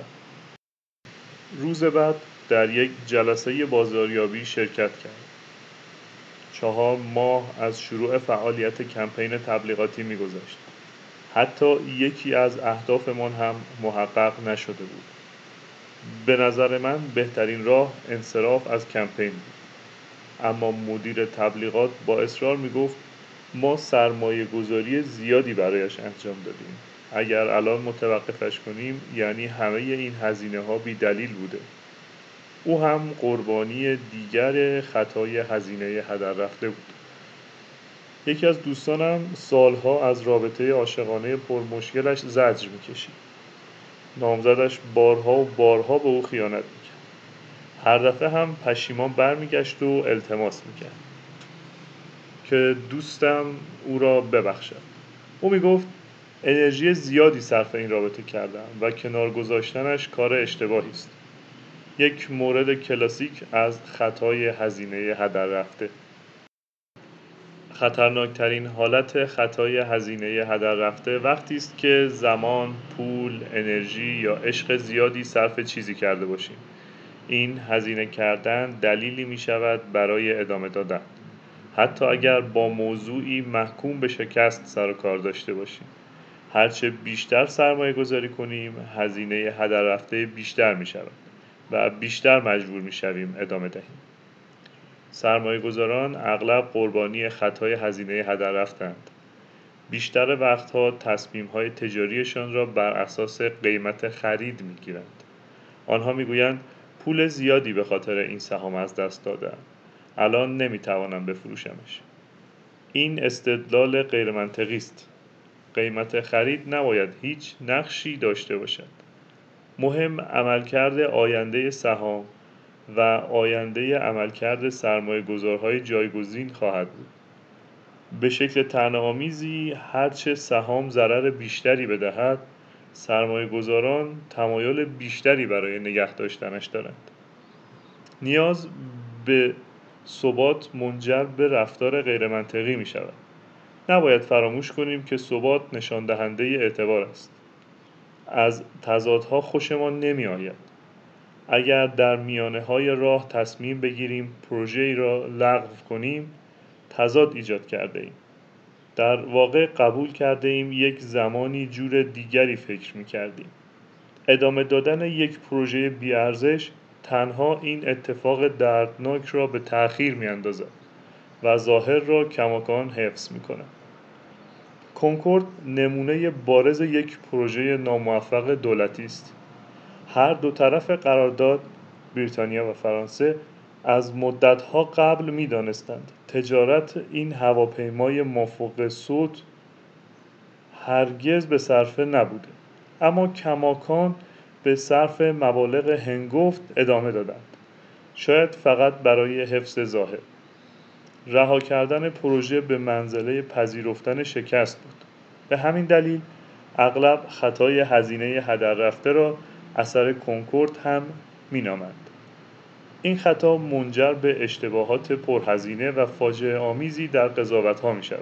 روز بعد در یک جلسه بازاریابی شرکت کردم. چهار ماه از شروع فعالیت کمپین تبلیغاتی می‌گذشت. حتی یکی از اهدافمان هم محقق نشده بود. به نظر من بهترین راه انصراف از کمپین بود. اما مدیر تبلیغات با اصرار میگفت ما سرمایه گذاری زیادی برایش انجام دادیم. اگر الان متوقفش کنیم یعنی همه این هزینه ها بی دلیل بوده. او هم قربانی دیگر خطای هزینه هدر رفته بود. یکی از دوستانم سالها از رابطه عاشقانه پرمشکلش زجر میکشید. نامزدش بارها و بارها به او خیانت میکرد. هر دفعه هم پشیمان برمیگشت و التماس میکرد که دوستم او را ببخشد. او میگفت انرژی زیادی صرف این رابطه کردم و کنار گذاشتنش کار اشتباهی است. یک مورد کلاسیک از خطای هزینه هدر رفته. خطرناکترین حالت خطای هزینه هدر رفته وقتی است که زمان، پول، انرژی یا عشق زیادی صرف چیزی کرده باشیم. این هزینه کردن دلیلی می شود برای ادامه دادن. حتی اگر با موضوعی محکوم به شکست سر و کار داشته باشیم. هرچه بیشتر سرمایه گذاری کنیم هزینه هدر رفته بیشتر می شود و بیشتر مجبور می شویم ادامه دهیم. سرمایه گذاران اغلب قربانی خطای هزینه هدر رفتند. بیشتر وقتها تصمیم های تجاریشان را بر اساس قیمت خرید می گیرند. آنها می گویند پول زیادی به خاطر این سهام از دست دادم. الان نمی توانم بفروشمش. این استدلال غیر منطقی است. قیمت خرید نباید هیچ نقشی داشته باشد. مهم عملکرد آینده سهام و آینده عملکرد سرمایه گذارهای جایگزین خواهد بود. به شکل طعنه‌آمیزی هرچه سهام ضرر بیشتری بدهد سرمایه گذاران تمایل بیشتری برای نگه داشتنش دارند. نیاز به ثبات منجر به رفتار غیر منطقی می شود. نباید فراموش کنیم که ثبات نشان دهنده اعتبار است. از تضادها خوشمان نمی آید. اگر در میانه های راه تصمیم بگیریم پروژه‌ای را لغو کنیم تضاد ایجاد کرده ایم. در واقع قبول کرده ایم یک زمانی جور دیگری فکر می کردیم. ادامه دادن یک پروژه بی‌ارزش تنها این اتفاق دردناک را به تأخیر می اندازد و ظاهر را کماکان حفظ می کند. کنکورد نمونه بارز یک پروژه ناموفق دولتی است. هر دو طرف قرارداد بریتانیا و فرانسه از مدت‌ها قبل می‌دانستند تجارت این هواپیمای مافوق صوت هرگز به صرفه نبوده، اما کماکان به صرف مبالغ هنگفت ادامه دادند. شاید فقط برای حفظ ظاهر. رها کردن پروژه به منزله پذیرفتن شکست بود. به همین دلیل اغلب خطای هزینه هدر رفته را اثر کنکورد هم می‌نامند. این خطا منجر به اشتباهات پرهزینه و فاجعه آمیزی در قضاوت‌ها می‌شود.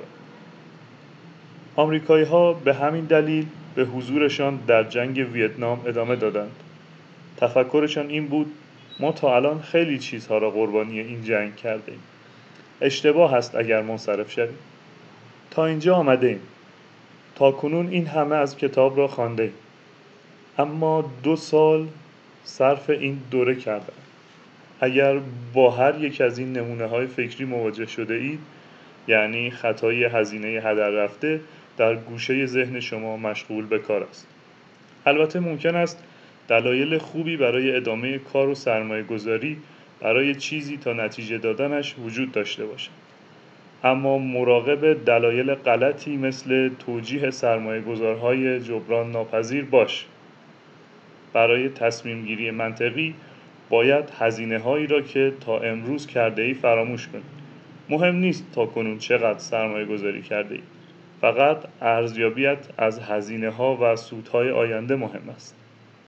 آمریکایی‌ها به همین دلیل به حضورشان در جنگ ویتنام ادامه دادند. تفکرشان این بود ما تا الان خیلی چیزها را قربانی این جنگ کردیم. اشتباه است اگر منصرف شویم. تا اینجا آمده ایم. تا کنون این همه از کتاب را خوانده‌ایم. اما دو سال صرف این دوره کردم. اگر با هر یک از این نمونه‌های فکری مواجه شده اید، یعنی خطای هزینه هدر رفته در گوشه ذهن شما مشغول به کار است. البته ممکن است دلایل خوبی برای ادامه کار و سرمایه گذاری برای چیزی تا نتیجه دادنش وجود داشته باشد. اما مراقب دلایل غلطی مثل توجیه سرمایه گذارهای جبران ناپذیر باش. برای تصمیم گیری منطقی باید هزینه هایی را که تا امروز کرده ای فراموش کنید. مهم نیست تا کنون چقدر سرمایه گذاری کرده ای. فقط ارزیابیت از هزینه ها و سودهای آینده مهم است.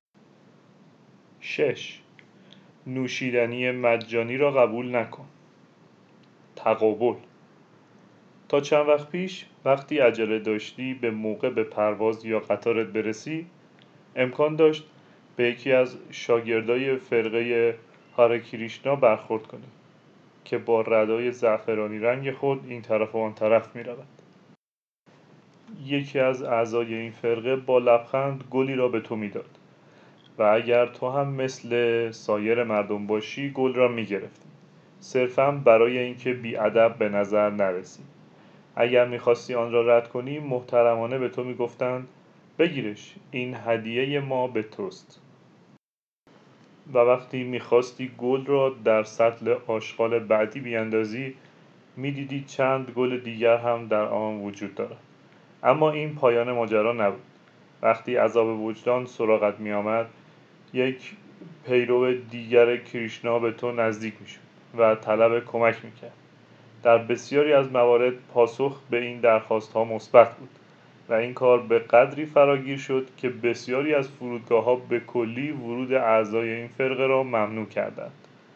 شش. نوشیدنی مجانی را قبول نکن. تقابل. تا چند وقت پیش وقتی عجله داشتی به موقع به پرواز یا قطارت برسی، امکان داشت به یکی از شاگردای فرقه هاره کریشنا برخورد کنی که با ردای زعفرانی رنگ خود این طرف و آن طرف می رود. یکی از اعضای این فرقه با لبخند گلی را به تو می داد و اگر تو هم مثل سایر مردم باشی گل را می گرفتی، صرفاً برای اینکه بی‌ادب به نظر نرسی. اگر می خواستی آن را رد کنی، محترمانه به تو می گفتند بگیرش، این هدیه ما به توست. و وقتی می خواستی گل را در سطل آشغال بعدی بیاندازی، می دیدی چند گل دیگر هم در آن وجود دارد. اما این پایان ماجرا نبود. وقتی عذاب وجدان سراغت می آمد، یک پیرو دیگر کریشنا به تو نزدیک می شد و طلب کمک می کرد. در بسیاری از موارد پاسخ به این درخواست ها مثبت بود و این کار به قدری فراگیر شد که بسیاری از فرودگاه ها به کلی ورود اعضای این فرقه را ممنوع کردند.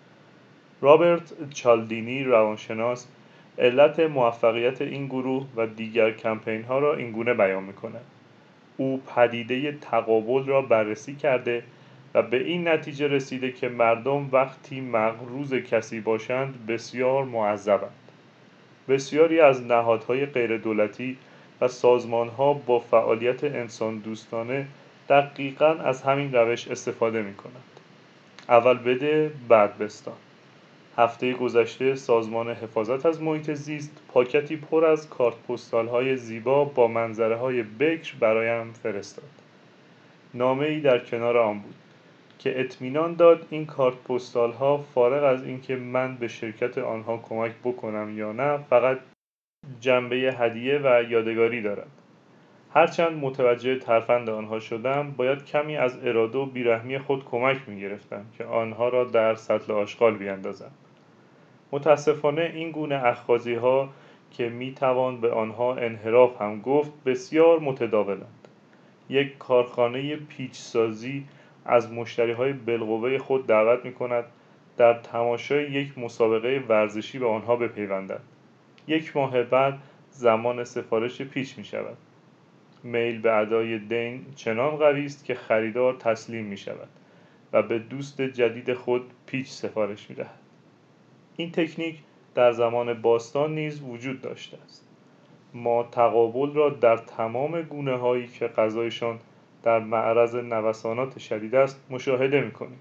رابرت چالدینی روانشناس علت موفقیت این گروه و دیگر کمپین ها را اینگونه بیان می کند. او پدیده تقابل را بررسی کرده و به این نتیجه رسیده که مردم وقتی مغروض کسی باشند بسیار معذبند. بسیاری از نهادهای غیردولتی و سازمانها با فعالیت انسان دوستانه دقیقاً از همین روش استفاده می کنند. اول بده بعد بستان. هفته گذشته سازمان حفاظت از محیط زیست پاکتی پر از کارت پستال‌های زیبا با منظره‌های بکر برایم فرستاد. نامه‌ای در کنار آن بود که اطمینان داد این کارت پستال‌ها فارغ از اینکه من به شرکت آنها کمک بکنم یا نه، فقط جنبه هدیه و یادگاری دارند. هرچند متوجه ترفند آنها شدم، باید کمی از اراده و بیرحمی خود کمک می‌گرفتم که آنها را در سطل آشغال بیاندازم. متاسفانه این گونه اخاذی‌ها که می‌توان به آنها انحراف هم گفت بسیار متداولند. یک کارخانه پیچسازی از مشتری‌های بالقوه خود دعوت می‌کند در تماشای یک مسابقه ورزشی به آنها بپیوندند. یک ماه بعد زمان سفارش پیچ می‌شود. میل به ادای دین چنان قوی است که خریدار تسلیم می‌شود و به دوست جدید خود پیچ سفارش می‌دهد. این تکنیک در زمان باستان نیز وجود داشته است. ما تقابل را در تمام گونه‌هایی که غذایشان در معرض نوسانات شدید است مشاهده می‌کنیم.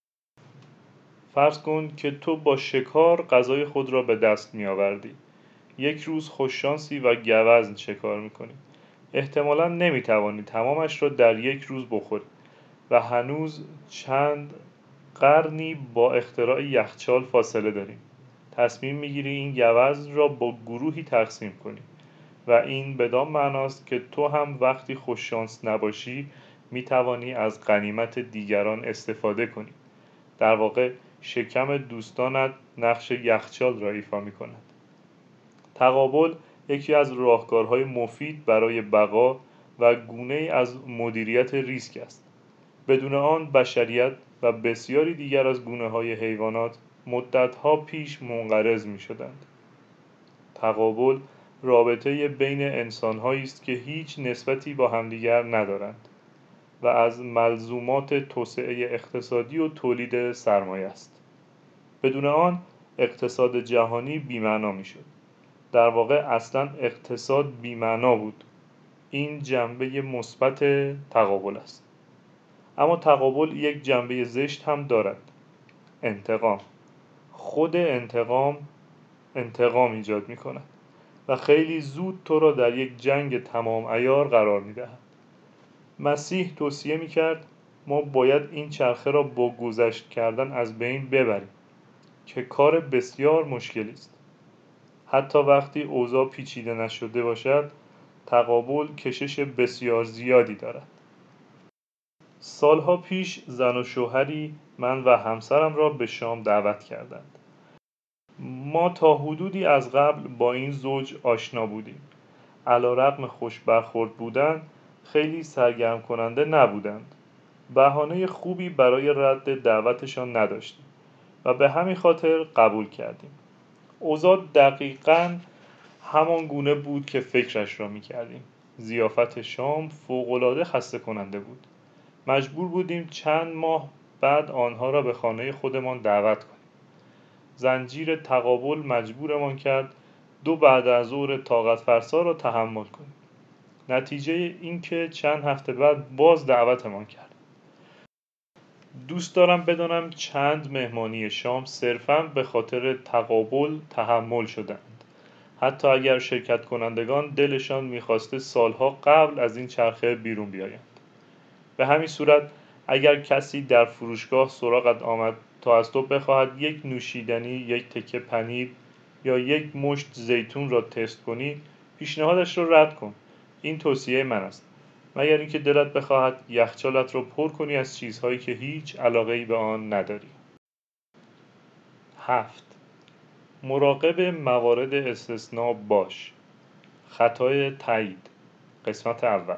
فرض کن که تو با شکار غذای خود را به دست می‌آوردی. یک روز خوششانسی و گوزن شکار می‌کنی. احتمالاً نمی‌توانی تمامش را در یک روز بخوری و هنوز چند قرنی با اختراع یخچال فاصله داریم. تصمیم می‌گیری این گوزن را با گروهی تقسیم کنی و این بدان معناست که تو هم وقتی خوششانس نباشی می‌توانی از غنیمت دیگران استفاده کنی. در واقع شکم دوستانت نقش یخچال را ایفا می‌کند. تقابل یکی از راهکارهای مفید برای بقا و گونه‌ای از مدیریت ریسک است. بدون آن بشریت و بسیاری دیگر از گونه‌های حیوانات مدت‌ها پیش منقرض می‌شدند. تقابل رابطه بین انسان‌هایی است که هیچ نسبتی با همدیگر ندارند و از ملزومات توسعه اقتصادی و تولید سرمایه است. بدون آن اقتصاد جهانی بی‌معنا می‌شد. در واقع اصلاً اقتصاد بی‌معنا بود. این جنبه مثبت تقابل است. اما تقابل یک جنبه زشت هم دارد. انتقام. خود انتقام انتقام ایجاد می کند و خیلی زود تو را در یک جنگ تمام عیار قرار می دهد. مسیح توصیه می کرد ما باید این چرخه را با گذشت کردن از بین ببریم که کار بسیار مشکلی است. حتی وقتی اوضاع پیچیده نشده باشد، تقابل کشش بسیار زیادی دارد. سالها پیش زن و شوهری من و همسرم را به شام دعوت کردند. ما تا حدودی از قبل با این زوج آشنا بودیم. علیرغم خوش برخورد بودن، خیلی سرگرم کننده نبودند. بهانه خوبی برای رد دعوتشان نداشتیم و به همین خاطر قبول کردیم. اوضاع دقیقاً همان گونه بود که فکرش را می کردیم. ضیافت شام فوق‌العاده خسته کننده بود. مجبور بودیم چند ماه بعد آنها را به خانه خودمان دعوت کنیم. زنجیر تقابل مجبورمان کرد دو بعد از ظهر طاقت فرسا را تحمل کنیم. نتیجه این که چند هفته بعد باز دعوتمان کرد. دوست دارم بدانم چند مهمانی شام صرفاً به خاطر تقابل تحمل شدند، حتی اگر شرکت کنندگان دلشان می‌خواسته سالها قبل از این چرخه بیرون بیایند. به همین صورت اگر کسی در فروشگاه سراغت آمد تا از تو بخواهد یک نوشیدنی، یک تکه پنیر یا یک مشت زیتون را تست کنی، پیشنهادش را رد کن. این توصیه من است. مگر اینکه دلت بخواهد یخچالت را پر کنی از چیزهایی که هیچ علاقه‌ای به آن نداری. هفت. مراقب موارد استثناء باش. خطای تایید. قسمت اول.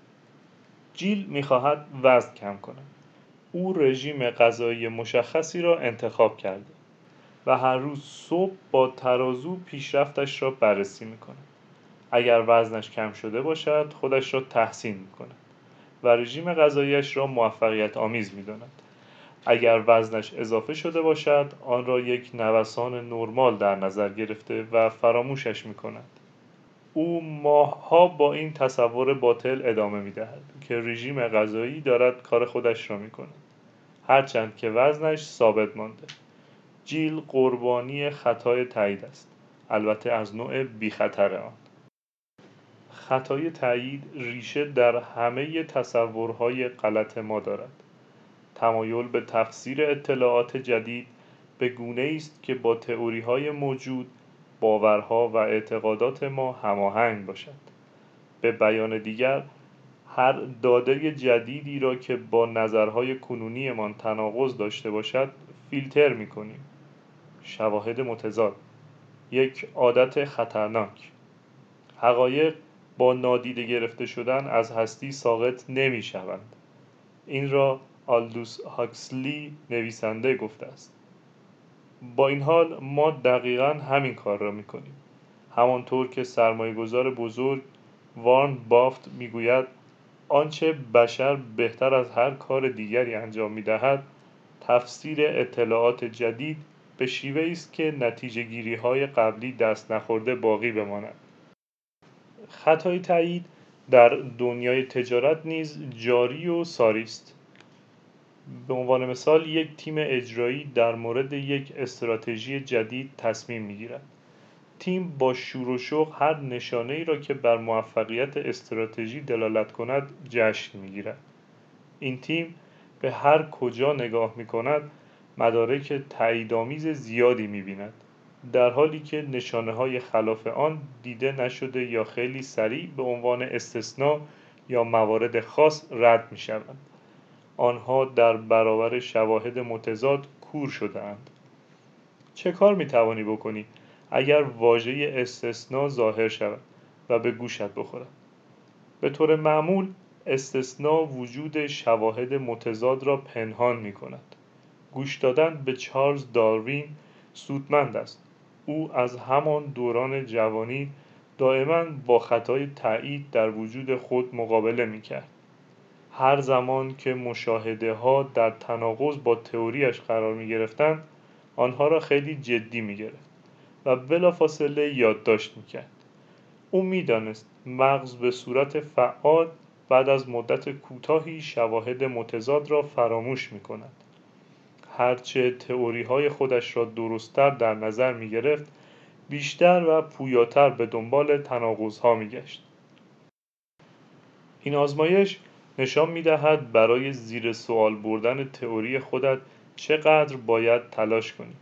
جیل می‌خواهد وزن کم کند. او رژیم غذایی مشخصی را انتخاب کرده و هر روز صبح با ترازو پیشرفتش را بررسی می‌کند. اگر وزنش کم شده باشد، خودش را تحسین می‌کند و رژیم غذایی‌اش را موفقیت آمیز می‌داند. اگر وزنش اضافه شده باشد، آن را یک نوسان نرمال در نظر گرفته و فراموشش می‌کند. او ماه‌ها با این تصور باطل ادامه می‌دهد که رژیم غذایی دارد کار خودش را می‌کند، هرچند که وزنش ثابت مانده. جیل قربانی خطای تایید است، البته از نوع بی‌خطر آن. خطای تایید ریشه در همه تصورهای غلط ما دارد. تمایل به تفسیر اطلاعات جدید به گونه‌ای است که با تئوری‌های موجود، باورها و اعتقادات ما هماهنگ باشد. به بیان دیگر، هر داده جدیدی را که با نظرهای کنونیمان تناقض داشته باشد، فیلتر می‌کنیم. شواهد متضاد. یک عادت خطرناک. حقایق با نادیده گرفته شدن از هستی ساقط نمی‌شوند. این را آلدوس هاکسلی نویسنده گفته است. با این حال ما دقیقاً همین کار را می‌کنیم. همانطور که سرمایه‌گذار بزرگ وارن بافت می‌گوید آنچه بشر بهتر از هر کار دیگری انجام می‌دهد، تفسیر اطلاعات جدید به شیوه‌ای است که نتیجه‌گیری‌های قبلی دست نخورده باقی بماند. خطای تایید در دنیای تجارت نیز جاری و ساری است. به عنوان مثال، یک تیم اجرایی در مورد یک استراتژی جدید تصمیم می‌گیرد. تیم با شور و شوق هر نشانه‌ای را که بر موفقیت استراتژی دلالت کند جشن می‌گیرد. این تیم به هر کجا نگاه می‌کند مدارک تاییدآمیز زیادی می‌بیند، در حالی که نشانه‌های خلاف آن دیده نشده یا خیلی سریع به عنوان استثناء یا موارد خاص رد می‌شوند. آنها در برابر شواهد متضاد کور شده‌اند. چه کار می‌توانی بکنی اگر واژه استثناء ظاهر شود و به گوشت بخورد؟ به طور معمول استثناء وجود شواهد متضاد را پنهان می‌کند. گوش دادن به چارلز داروین سودمند است. او از همان دوران جوانی دائما با خطای تایید در وجود خود مقابله می‌کرد. هر زمان که مشاهده‌ها در تناقض با تئوریش قرار می‌گرفتند، آنها را خیلی جدی می‌گرفت و بلافاصله یادداشت می‌کرد. او می‌دانست مغز به صورت فعال بعد از مدت کوتاهی شواهد متضاد را فراموش می‌کند. هرچه تئوری‌های خودش را درست‌تر در نظر می‌گرفت، بیشتر و پویاتر به دنبال تناقض‌ها می‌گشت. این آزمایش نشان می‌دهد برای زیر سوال بردن تئوری خودت چقدر باید تلاش کنی.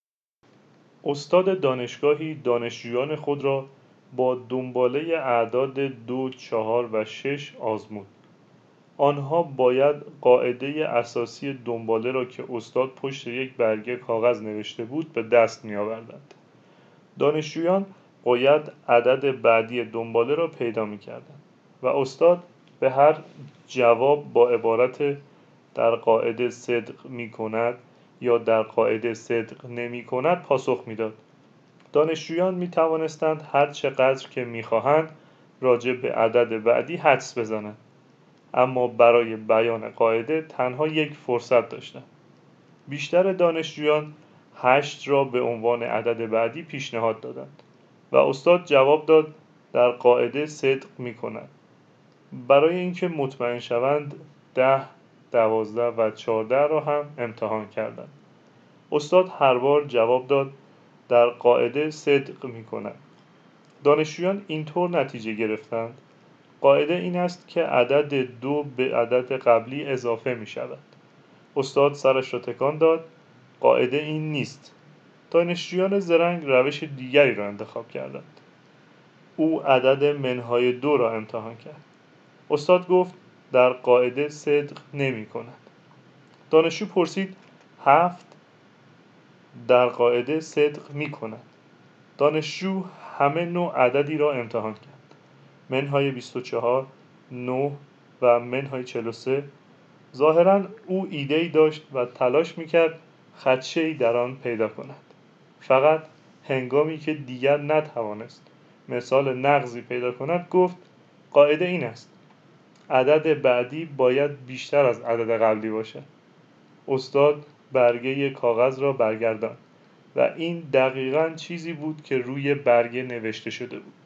استاد دانشگاهی دانشجویان خود را با دنباله اعداد دو، چهار و شش آزمود. آنها باید قاعده اساسی دنباله را که استاد پشت یک برگه کاغذ نوشته بود به دست می آوردند. دانشجویان باید عدد بعدی دنباله را پیدا می کردند و استاد به هر جواب با عبارت در قاعده صدق می کند یا در قاعده صدق نمی کند پاسخ می داد. دانشجویان می توانستند هر چقدر که می خواهند راجع به عدد بعدی حدس بزنند. اما برای بیان قاعده تنها یک فرصت داشتند. بیشتر دانشجویان هشت را به عنوان عدد بعدی پیشنهاد دادند و استاد جواب داد در قاعده صدق می کند. برای اینکه مطمئن شوند ده، دوازده و چهارده را هم امتحان کردند. استاد هر بار جواب داد در قاعده صدق می کند. دانشجویان اینطور نتیجه گرفتند: قاعده این است که عدد دو به عدد قبلی اضافه می شود. استاد سرش را تکان داد: قاعده این نیست. دانشجویان زرنگ روش دیگری را انتخاب کردند. او عدد منهای دو را امتحان کرد. استاد گفت در قاعده صدق نمی کند. دانشجو پرسید: هفت در قاعده صدق می کند. دانشجو همه نوع عددی را امتحان کرد. منهای بیست و چهار، نه و منهای چهل و سه. ظاهراً او ایده‌ای داشت و تلاش می‌کرد خدشه‌ای در آن پیدا کند. فقط هنگامی که دیگر نتوانست مثال نقضی پیدا کند گفت قاعده این است: عدد بعدی باید بیشتر از عدد قبلی باشد. استاد برگه کاغذ را برگرداند و این دقیقاً چیزی بود که روی برگه نوشته شده بود.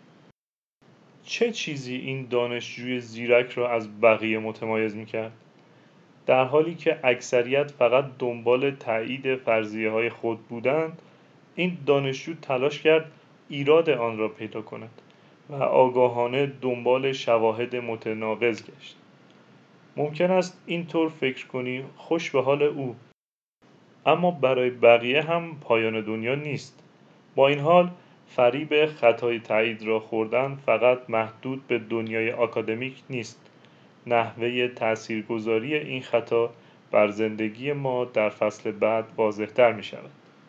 چه چیزی این دانشجوی زیرک را از بقیه متمایز می‌کرد؟ در حالی که اکثریت فقط دنبال تایید فرضیه‌های خود بودند، این دانشجو تلاش کرد ایراد آن را پیدا کند و آگاهانه دنبال شواهد متناقض گشت. ممکن است اینطور فکر کنی خوش به حال او، اما برای بقیه هم پایان دنیا نیست. با این حال فریب خطای تایید را خوردن فقط محدود به دنیای آکادمیک نیست. نحوه تاثیرگذاری این خطا بر زندگی ما در فصل بعد واضح‌تر می شود.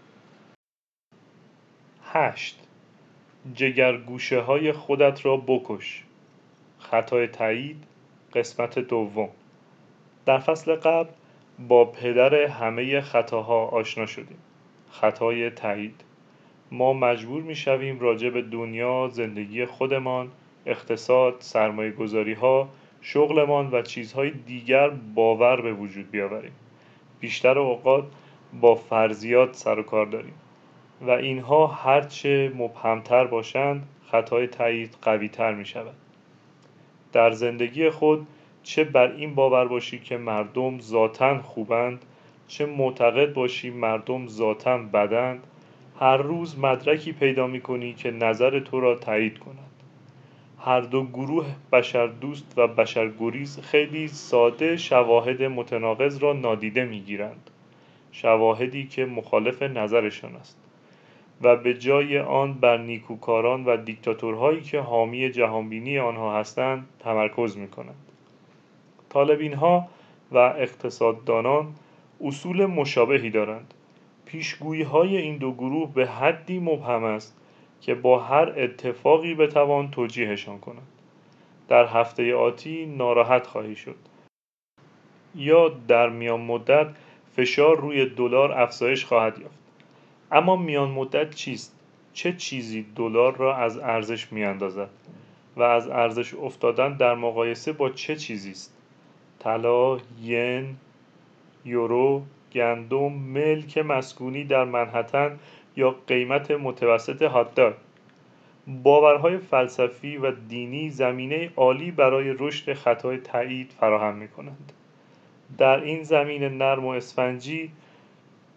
هشت. جگرگوشه های خودت را بکش. خطای تایید، قسمت دوم. در فصل قبل با پدر همه خطاها آشنا شدیم. خطای تایید. ما مجبور می شویم راجع به دنیا، زندگی خودمان، اقتصاد، سرمایه گذاری ها، شغلمان و چیزهای دیگر باور به وجود بیاوریم. بیشتر اوقات با فرضیات سر و کار داریم و اینها هرچه مبهمتر باشند خطای تایید قوی تر می شود. در زندگی خود چه بر این باور باشی که مردم ذاتاً خوبند، چه معتقد باشی مردم ذاتاً بدند، هر روز مدرکی پیدا می کنی که نظر تو را تایید کند. هر دو گروه بشردوست و بشرگریز خیلی ساده شواهد متناقض را نادیده می گیرند. شواهدی که مخالف نظرشان است و به جای آن بر نیکوکاران و دیکتاتورهایی که حامی جهانبینی آنها هستند تمرکز می کنند. طالبین‌ها و اقتصاددانان اصول مشابهی دارند. پیشگویی‌های این دو گروه به حدی مبهم است که با هر اتفاقی بتوان توجیهشان کند. در هفته آتی ناراحت خواهی شد یا در میان مدت فشار روی دلار افزایش خواهد یافت. اما میان مدت چیست؟ چه چیزی دلار را از ارزش میاندازد و از ارزش افتادن در مقایسه با چه چیزی است؟ طلا، ین، یورو، گندم، ملک مسکونی در منهتن یا قیمت متوسط هات‌داگ. باورهای فلسفی و دینی زمینه عالی برای رشد خطای تایید فراهم می‌کنند. در این زمین نرم و اسفنجی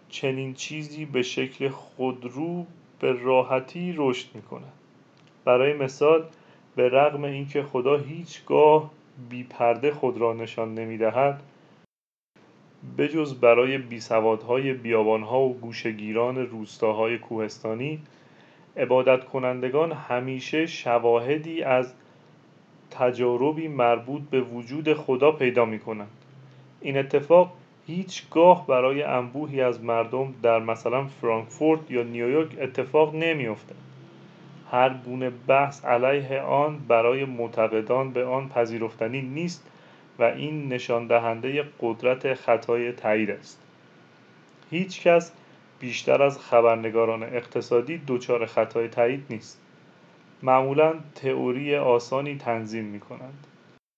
چنین چیزی به شکل خودرو به راحتی رشد می‌کند. برای مثال، به رغم اینکه خدا هیچگاه بی‌پرده خود را نشان نمی‌دهد، بجز برای بیسوادهای بیابان‌ها و گوشه‌گیران روستاهای کوهستانی، عبادت کنندگان همیشه شواهدی از تجاربی مربوط به وجود خدا پیدا می‌کنند. این اتفاق هیچگاه برای انبوهی از مردم در مثلا فرانکفورت یا نیویورک اتفاق نمی‌افتد. هر گونه بحث علیه آن برای معتقدان به آن پذیرفتنی نیست و این نشان دهنده قدرت خطای تایید است. هیچ کس بیشتر از خبرنگاران اقتصادی دچار خطای تایید نیست. معمولاً تئوری آسانی تنظیم می‌کنند.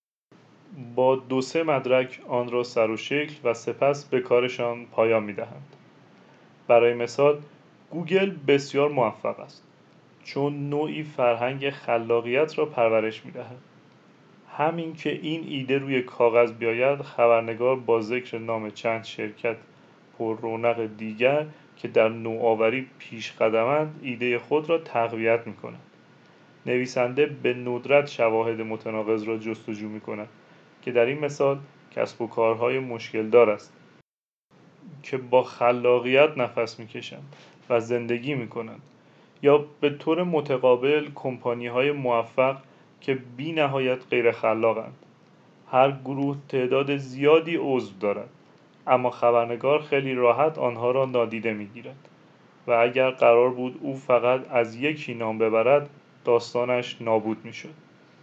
با دو سه مدرک آن را سر و شکل و سپس به کارشان پایان می‌دهند. برای مثال، گوگل بسیار موفق است چون نوعی فرهنگ خلاقیت را پرورش می‌دهد. همین که این ایده روی کاغذ بیاید، خبرنگار با ذکر نام چند شرکت پر رونق دیگر که در نوآوری پیشقدم‌اند ایده خود را تقویت می‌کند. نویسنده به ندرت شواهد متناقض را جستجو می‌کند که در این مثال کسب و کارهای مشکل‌دار است که با خلاقیت نفس می‌کشند و زندگی می‌کنند، یا به طور متقابل کمپانی‌های موفق که بی‌نهایت غیر خلاقند. هر گروه تعداد زیادی عضو دارد، اما خبرنگار خیلی راحت آنها را نادیده می‌گیرد و اگر قرار بود او فقط از یکی نام ببرد، داستانش نابود می‌شد.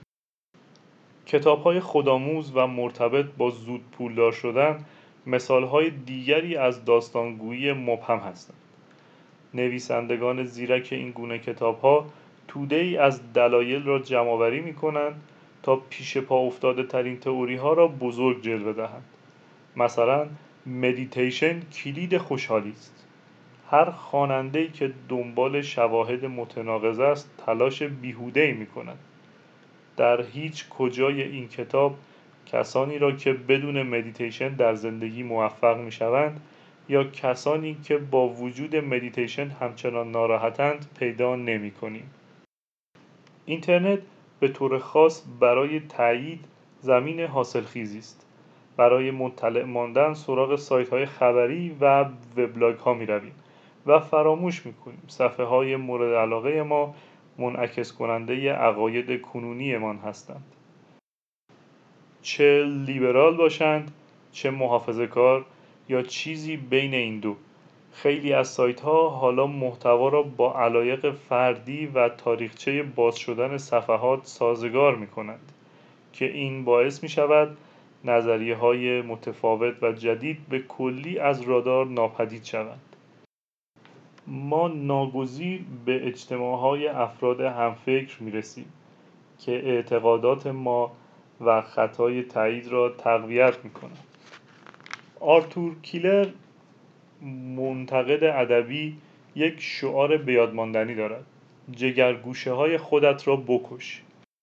کتاب‌های خودآموز و مرتبط با زود پولدار شدن مثال‌های دیگری از داستانگویی مبهم هستند. نویسندگان زیرک این گونه کتاب‌ها توده‌ای از دلایل را جمع‌آوری می‌کنند تا پیش پا افتاده ترین تئوری‌ها را بزرگ جلوه دهند. مثلا مدیتیشن کلید خوشحالی است. هر خواننده‌ای که دنبال شواهد متناقض است تلاش بیهوده‌ای می‌کند. در هیچ کجای این کتاب کسانی را که بدون مدیتیشن در زندگی موفق می‌شوند یا کسانی که با وجود مدیتیشن همچنان ناراحتند پیدا نمی‌کنیم. اینترنت به طور خاص برای تأیید زمین حاصلخیزی است. برای مطلع ماندن سراغ سایت‌های خبری و وبلاگ‌ها می‌رویم و فراموش می‌کنیم صفحه‌های مورد علاقه ما منعکس کننده عقاید کنونی‌مان هستند. چه لیبرال باشند، چه محافظه‌کار یا چیزی بین این دو. خیلی از سایت‌ها حالا محتوا را با علایق فردی و تاریخچه باز شدن صفحات سازگار می‌کنند که این باعث می‌شود نظریه‌های متفاوت و جدید به کلی از رادار ناپدید شوند. ما ناگزیر به اجتماع‌های افراد همفکر می‌رسیم که اعتقادات ما و خطای تایید را تقویت می‌کنند. آرتور کیلر، منتقد ادبی، یک شعار بۀادماندنی دارد: جگرگوشه‌های خودت را بکش.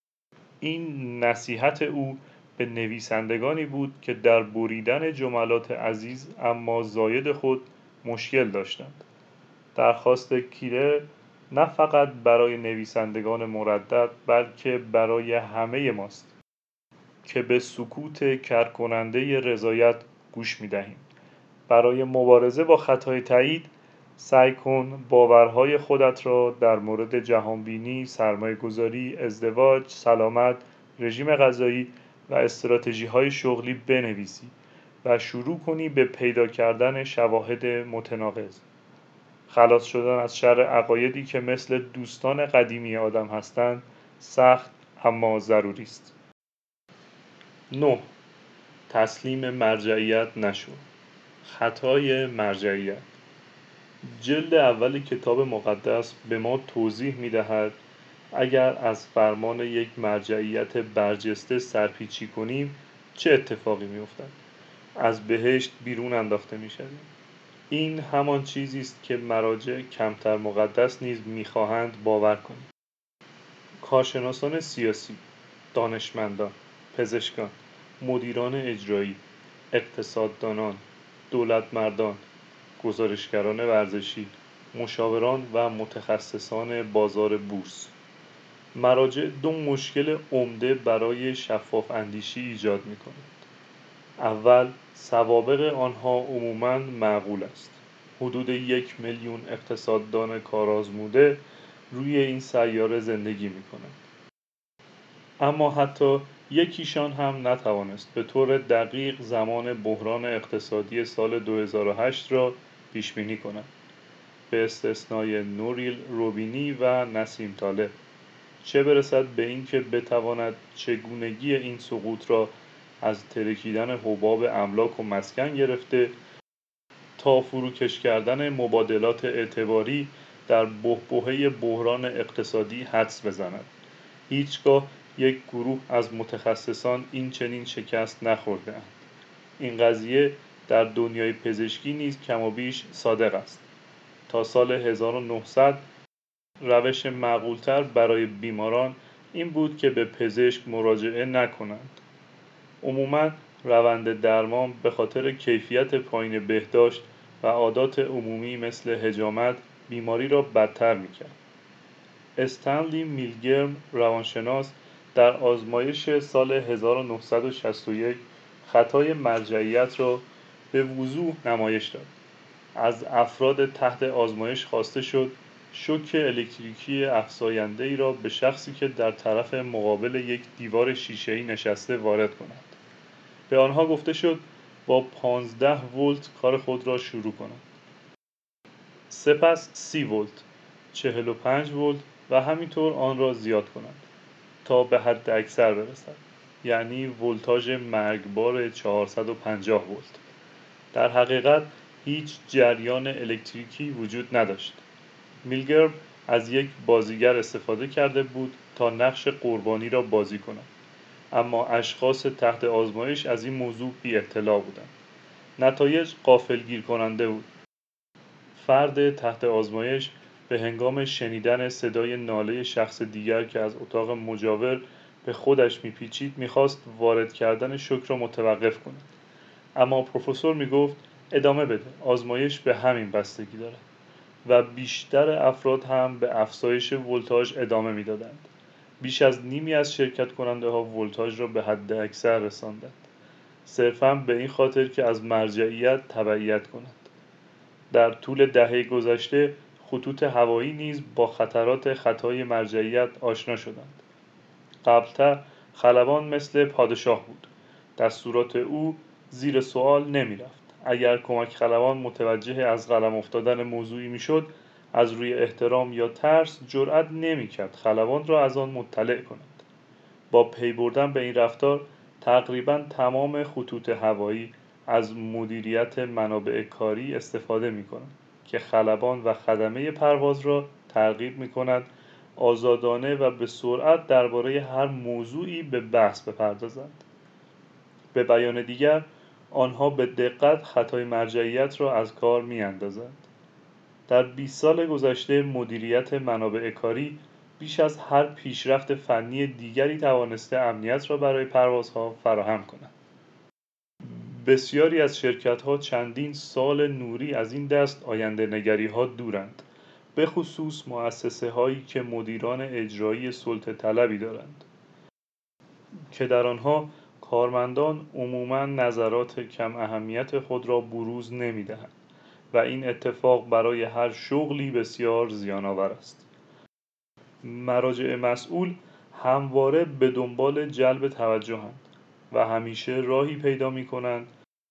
این نصیحت او به نویسندگانی بود که در بریدن جملات عزیز اما زاید خود مشکل داشتند. درخواست کیلر نه فقط برای نویسندگان مردد بلکه برای همه ماست که به سکوت کرکننده رضایت گوش می‌دهیم. برای مبارزه با خطای تایید، سعی کن باورهای خودت را در مورد جهانبینی، سرمایه‌گذاری، ازدواج، سلامت، رژیم غذایی و استراتژی‌های شغلی بنویسی و شروع کنی به پیدا کردن شواهد متناقض. خلاص شدن از شر عقایدی که مثل دوستان قدیمی آدم هستند سخت اما ضروری است. نه. تسلیم مرجعیت نشو. خطای مرجعیت. جلد اول کتاب مقدس به ما توضیح می‌دهد اگر از فرمان یک مرجعیت برجسته سرپیچی کنیم چه اتفاقی می‌افتد. از بهشت بیرون انداخته می‌شویم. این همان چیزی است که مراجع کمتر مقدس نیز می‌خواهند باور کنیم. کارشناسان سیاسی، دانشمندان، پزشکان، مدیران اجرایی، اقتصاددانان، دولتمردان، گزارشگران ورزشی، مشاوران و متخصصان بازار بورس. مراجع دو مشکل عمده برای شفاف اندیشی ایجاد می‌کنند. اول، سوابق آنها عموماً معقول است. حدود یک میلیون اقتصاددان کارآزموده روی این سیاره زندگی می‌کنند. اما حتی یکیشان هم نتوانست به طور دقیق زمان بحران اقتصادی سال دو هزار و هشت را پیش‌بینی کند، به استثنای نوریل روبینی و نسیم طالب. چه برسد به اینکه بتواند چگونگی این سقوط را از ترکیدن حباب املاک و مسکن گرفته تا فروکش کردن مبادلات اعتباری در بحبوحه بحران اقتصادی حدس بزند. هیچگاه یک گروه از متخصصان این چنین شکست نخورده‌اند. این قضیه در دنیای پزشکی نیز کمابیش صادق است. تا سال هزار و نهصد روش معقول‌تر برای بیماران این بود که به پزشک مراجعه نکنند. عموماً روند درمان به خاطر کیفیت پایین بهداشت و عادات عمومی مثل حجامت بیماری را بدتر می‌کرد. استنلی میلگرم روانشناس در آزمایش سال هزار و نهصد و شصت و یک خطای مرجعیت را به وضوح نمایش داد. از افراد تحت آزمایش خواسته شد شوک الکتریکی افزاینده‌ای را به شخصی که در طرف مقابل یک دیوار شیشه‌ای نشسته وارد کنند. به آنها گفته شد با پانزده ولت کار خود را شروع کنند. سپس سی ولت، چهل و پنج ولت و همینطور آن را زیاد کنند تا به حد اکثر برسد، یعنی ولتاژ مرگبار چهارصد و پنجاه ولت. در حقیقت هیچ جریان الکتریکی وجود نداشت. میلگرم از یک بازیگر استفاده کرده بود تا نقش قربانی را بازی کند، اما اشخاص تحت آزمایش از این موضوع بی اطلاع بودند. نتایج غافلگیر کننده بود. فرد تحت آزمایش به هنگام شنیدن صدای ناله شخص دیگر که از اتاق مجاور به خودش میپیچید میخواست وارد کردن شوک را متوقف کند، اما پروفسور میگفت ادامه بده، آزمایش به همین بستگی دارد، و بیشتر افراد هم به افزایش ولتاژ ادامه میدادند. بیش از نیمی از شرکت کننده ها ولتاژ را به حد اکثر رساندند، صرفاً به این خاطر که از مرجعیت تبعیت کنند. در طول دهه گذشته خطوط هوایی نیز با خطرات خطای مرجعیت آشنا شدند. قبلتر خلبان مثل پادشاه بود. دستورات او زیر سوال نمی رفت. اگر کمک خلبان متوجه از قلم افتادن موضوعی می شد، از روی احترام یا ترس جرأت نمی کرد خلبان را از آن مطلع کند. با پی بردن به این رفتار تقریباً تمام خطوط هوایی از مدیریت منابع کاری استفاده می کنند که خلبان و خدمه پرواز را ترغیب می کند آزادانه و به سرعت درباره هر موضوعی به بحث بپردازند. به بیان دیگر، آنها به دقت خطای مرجعیت را از کار می اندازند. در بیست سال گذشته مدیریت منابع کاری بیش از هر پیشرفت فنی دیگری توانسته امنیت را برای پروازها فراهم کند. بسیاری از شرکت‌ها چندین سال نوری از این دست آینده‌نگری‌ها دورند، به خصوص مؤسسه‌هایی که مدیران اجرایی سلطه‌طلبی دارند، که در آنها کارمندان عموماً نظرات کم اهمیت خود را بروز نمی‌دهند و این اتفاق برای هر شغلی بسیار زیان‌آور است. مراجع مسئول همواره به دنبال جلب توجه‌اند و همیشه راهی پیدا می‌کنند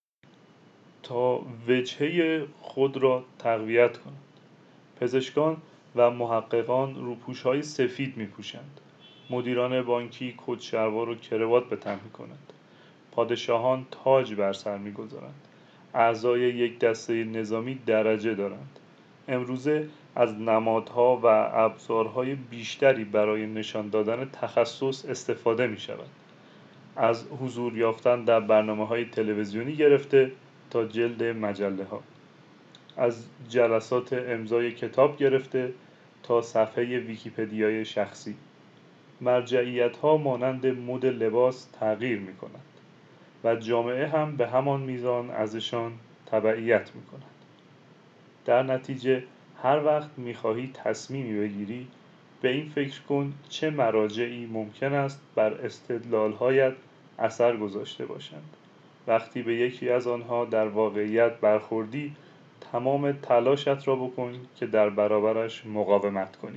تا وجهه خود را تقویت کنند. پزشکان و محققان روپوش‌های سفید می‌پوشند. مدیران بانکی کت شلوار و کراوات به تن می‌کنند. پادشاهان تاج بر سر می‌گذارند. اعضای یک دسته نظامی درجه دارند. امروزه از نمادها و ابزارهای بیشتری برای نشان دادن تخصص استفاده می‌شود. از حضور یافتن در برنامه‌های تلویزیونی گرفته تا جلد مجله‌ها، از جلسات امضای کتاب گرفته تا صفحه ویکی‌پدیای شخصی. مرجعیت‌ها مانند مد لباس تغییر می‌کنند و جامعه هم به همان میزان ازشان تبعیت می‌کند. در نتیجه هر وقت می‌خواهی تصمیمی بگیری، به این فکر کن چه مراجعی ممکن است بر استدلال‌هایت اثر گذاشته باشند. وقتی به یکی از آنها در واقعیت برخوردی، تمام تلاشت را بکن که در برابرش مقاومت کنی.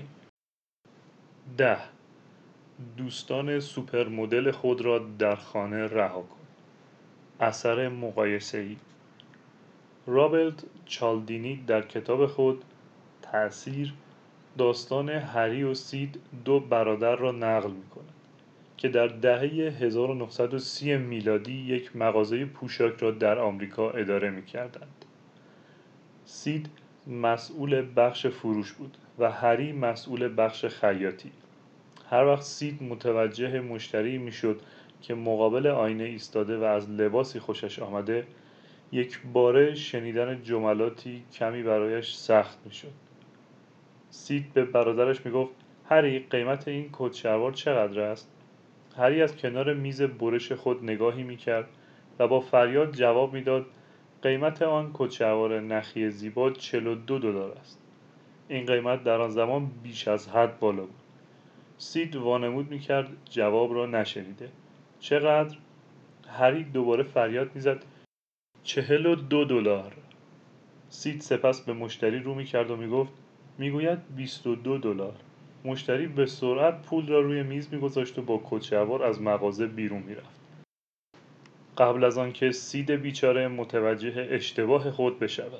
ده. دوستان سوپر مدل خود را در خانه رها کن. اثر مقایسه‌ای. رابرت چالدینی در کتاب خود تأثیر داستان هری و سید دو برادر را نقل می‌کند که در دهه هزار و نهصد و سی میلادی یک مغازه پوشاک را در آمریکا اداره می‌کردند. سید مسئول بخش فروش بود و هری مسئول بخش خیاطی. هر وقت سید متوجه مشتری میشد که مقابل آینه ایستاده و از لباسی خوشش آمده، یک باره شنیدن جملاتی کمی برایش سخت میشد. سید به برادرش میگفت: هری، قیمت این کت شلوار چقدر است؟ هری از کنار میز برش خود نگاهی میکرد و با فریاد جواب میداد: قیمت آن کت شلوار نخی زیبا چهل و دو دلار است. این قیمت در آن زمان بیش از حد بالا بود. سید وانمود میکرد جواب را نشنیده. چقدر؟ هری دوباره فریاد میزد: چهل و دو دلار. سید سپس به مشتری رو میکرد و میگفت: میگوید بیست و دو دلار. مشتری به سرعت پول را روی میز میگذاشت و با کت شلوار از مغازه بیرون میرفت، قبل از آنکه سید بیچاره متوجه اشتباه خود بشود.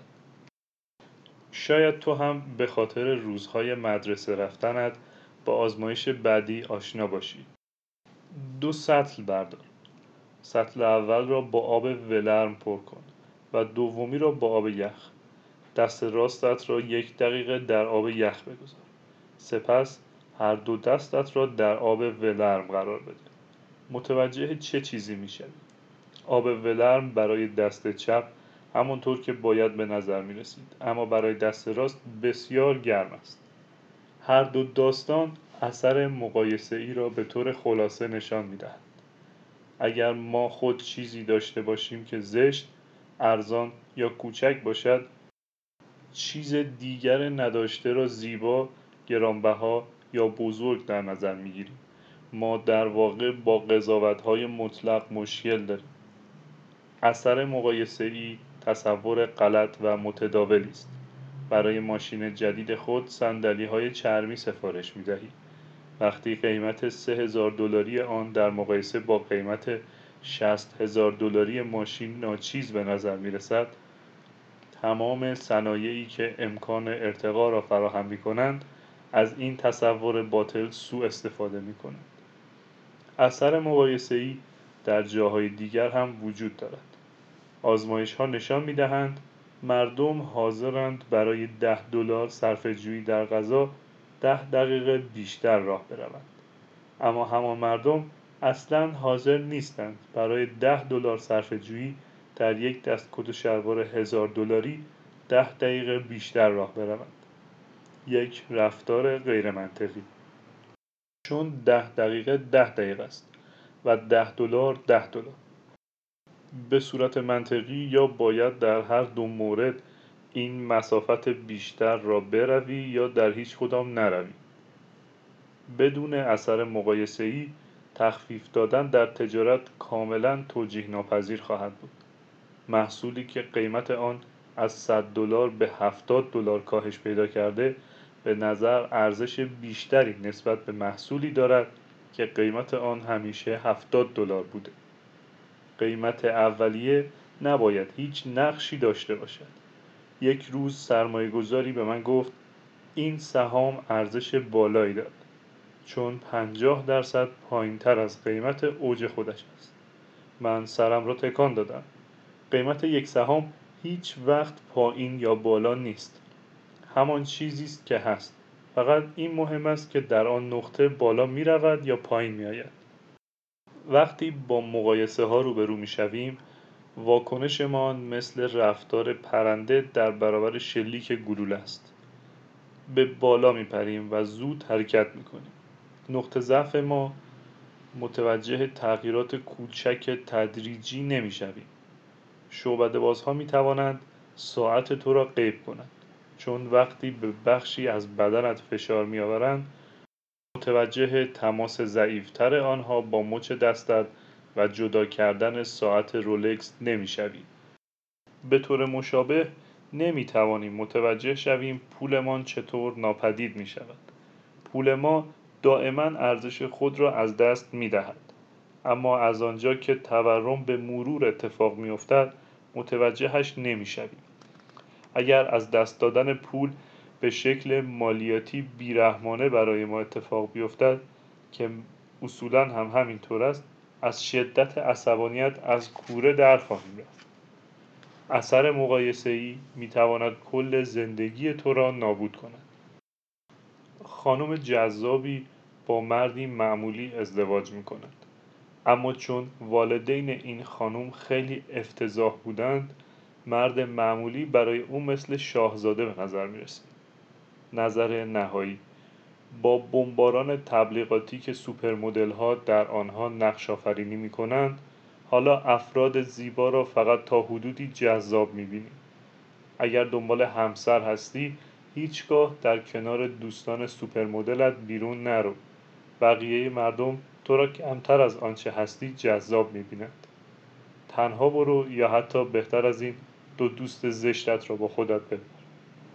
شاید تو هم به خاطر روزهای مدرسه رفتنت با آزمایش بعدی آشنا باشی. دو سطل بردار. سطل اول را با آب ولرم پر کن و دومی را با آب یخ. دست راستت را یک دقیقه در آب یخ بگذار. سپس هر دو دستت را در آب ولرم قرار بده. متوجه چه چیزی میشوی؟ آب ولرم برای دست چپ همانطور که باید به نظر می رسید، اما برای دست راست بسیار گرم است. هر دو داستان اثر مقایسه ای را به طور خلاصه نشان می دهند. اگر ما خود چیزی داشته باشیم که زشت، ارزان یا کوچک باشد، چیز دیگر نداشته را زیبا، گرانبها یا بزرگ در نظر می گیریم. ما در واقع با قضاوت‌های مطلق مشکل داریم. اثر مقایسه‌ای تصور غلط و متداولی است. برای ماشین جدید خود صندلی‌های چرمی سفارش می‌دهی. وقتی قیمت سه هزار دلاری آن در مقایسه با قیمت شصت هزار دلاری ماشین ناچیز به نظر می‌رسد، تمام صنایعی که امکان ارتقا را فراهم می‌کنند از این تصور باطل سوء استفاده می‌کنند. اثر مقایسه‌ای در جاهای دیگر هم وجود دارد. آزمایش‌ها نشان می‌دهند مردم حاضرند برای ده دلار صرفه‌جویی در غذا ده دقیقه بیشتر راه بروند، اما همان مردم اصلاً حاضر نیستند برای ده دلار صرفه‌جویی در یک دست کت و شلوار هزار دلاری ده دقیقه بیشتر راه بروند. یک رفتار غیرمنطقی. چون ده دقیقه ده دقیقه است و ده دلار ده دلار. به صورت منطقی یا باید در هر دو مورد این مسافت بیشتر را بروی یا در هیچ کدام نروی. بدون اثر مقایسه‌ای تخفیف دادن در تجارت کاملا توجیه ناپذیر خواهد بود. محصولی که قیمت آن از صد دلار به هفتاد دلار کاهش پیدا کرده به نظر ارزش بیشتری نسبت به محصولی دارد که قیمت آن همیشه هفتاد دلار بوده. قیمت اولیه نباید هیچ نقشی داشته باشد. یک روز سرمایه‌گذاری به من گفت این سهام ارزش بالایی دارد چون پنجاه درصد پایین‌تر از قیمت اوج خودش است. من سرم را تکان دادم. قیمت یک سهام هیچ وقت پایین یا بالا نیست. همان چیزی است که هست. فقط این مهم است که در آن نقطه بالا می رود یا پایین می آید. وقتی با مقایسه ها روبرو می شویم، واکنشمان مثل رفتار پرنده در برابر شلیک گلوله است. به بالا می پریم و زود حرکت می کنیم. نقطه ضعف ما متوجه تغییرات کوچک تدریجی نمی شویم. شعبده‌بازها می توانند ساعت تو را غیب کنند، چون وقتی به بخشی از بدنت فشار میآورند متوجه تماس ضعیفتر آنها با مچ دستت و جدا کردن ساعت رولکس نمیشوی. به طور مشابه نمیتوانیم متوجه شویم پولمان چطور ناپدید می شود. پول ما دائما ارزش خود را از دست می دهد. اما از آنجا که تورم به مرور اتفاق می افتد متوجهش نمی شویم. اگر از دست دادن پول به شکل مالیاتی بیرحمانه برای ما اتفاق بیفتد که اصولا هم همینطور است، از شدت عصبانیت از کوره در خواهیم رفت. اثر مقایسه‌ای می‌تواند کل زندگی تو را نابود کند. خانم جذابی با مردی معمولی ازدواج می‌کند. اما چون والدین این خانم خیلی افتضاح بودند، مرد معمولی برای او مثل شاهزاده به نظر می‌رسید. نظر نهایی: با بمباران تبلیغاتی که سوپر مدل‌ها در آنها نقش آفرینی می‌کنند، حالا افراد زیبا را فقط تا حدودی جذاب می‌بینی. اگر دنبال همسر هستی، هیچگاه در کنار دوستان سوپر مدلت بیرون نرو. بقیه مردم تو را کمتر از آنچه هستی جذاب می‌بینند. تنها برو یا حتی بهتر از این دو دوست زشتت را با خودت ببر.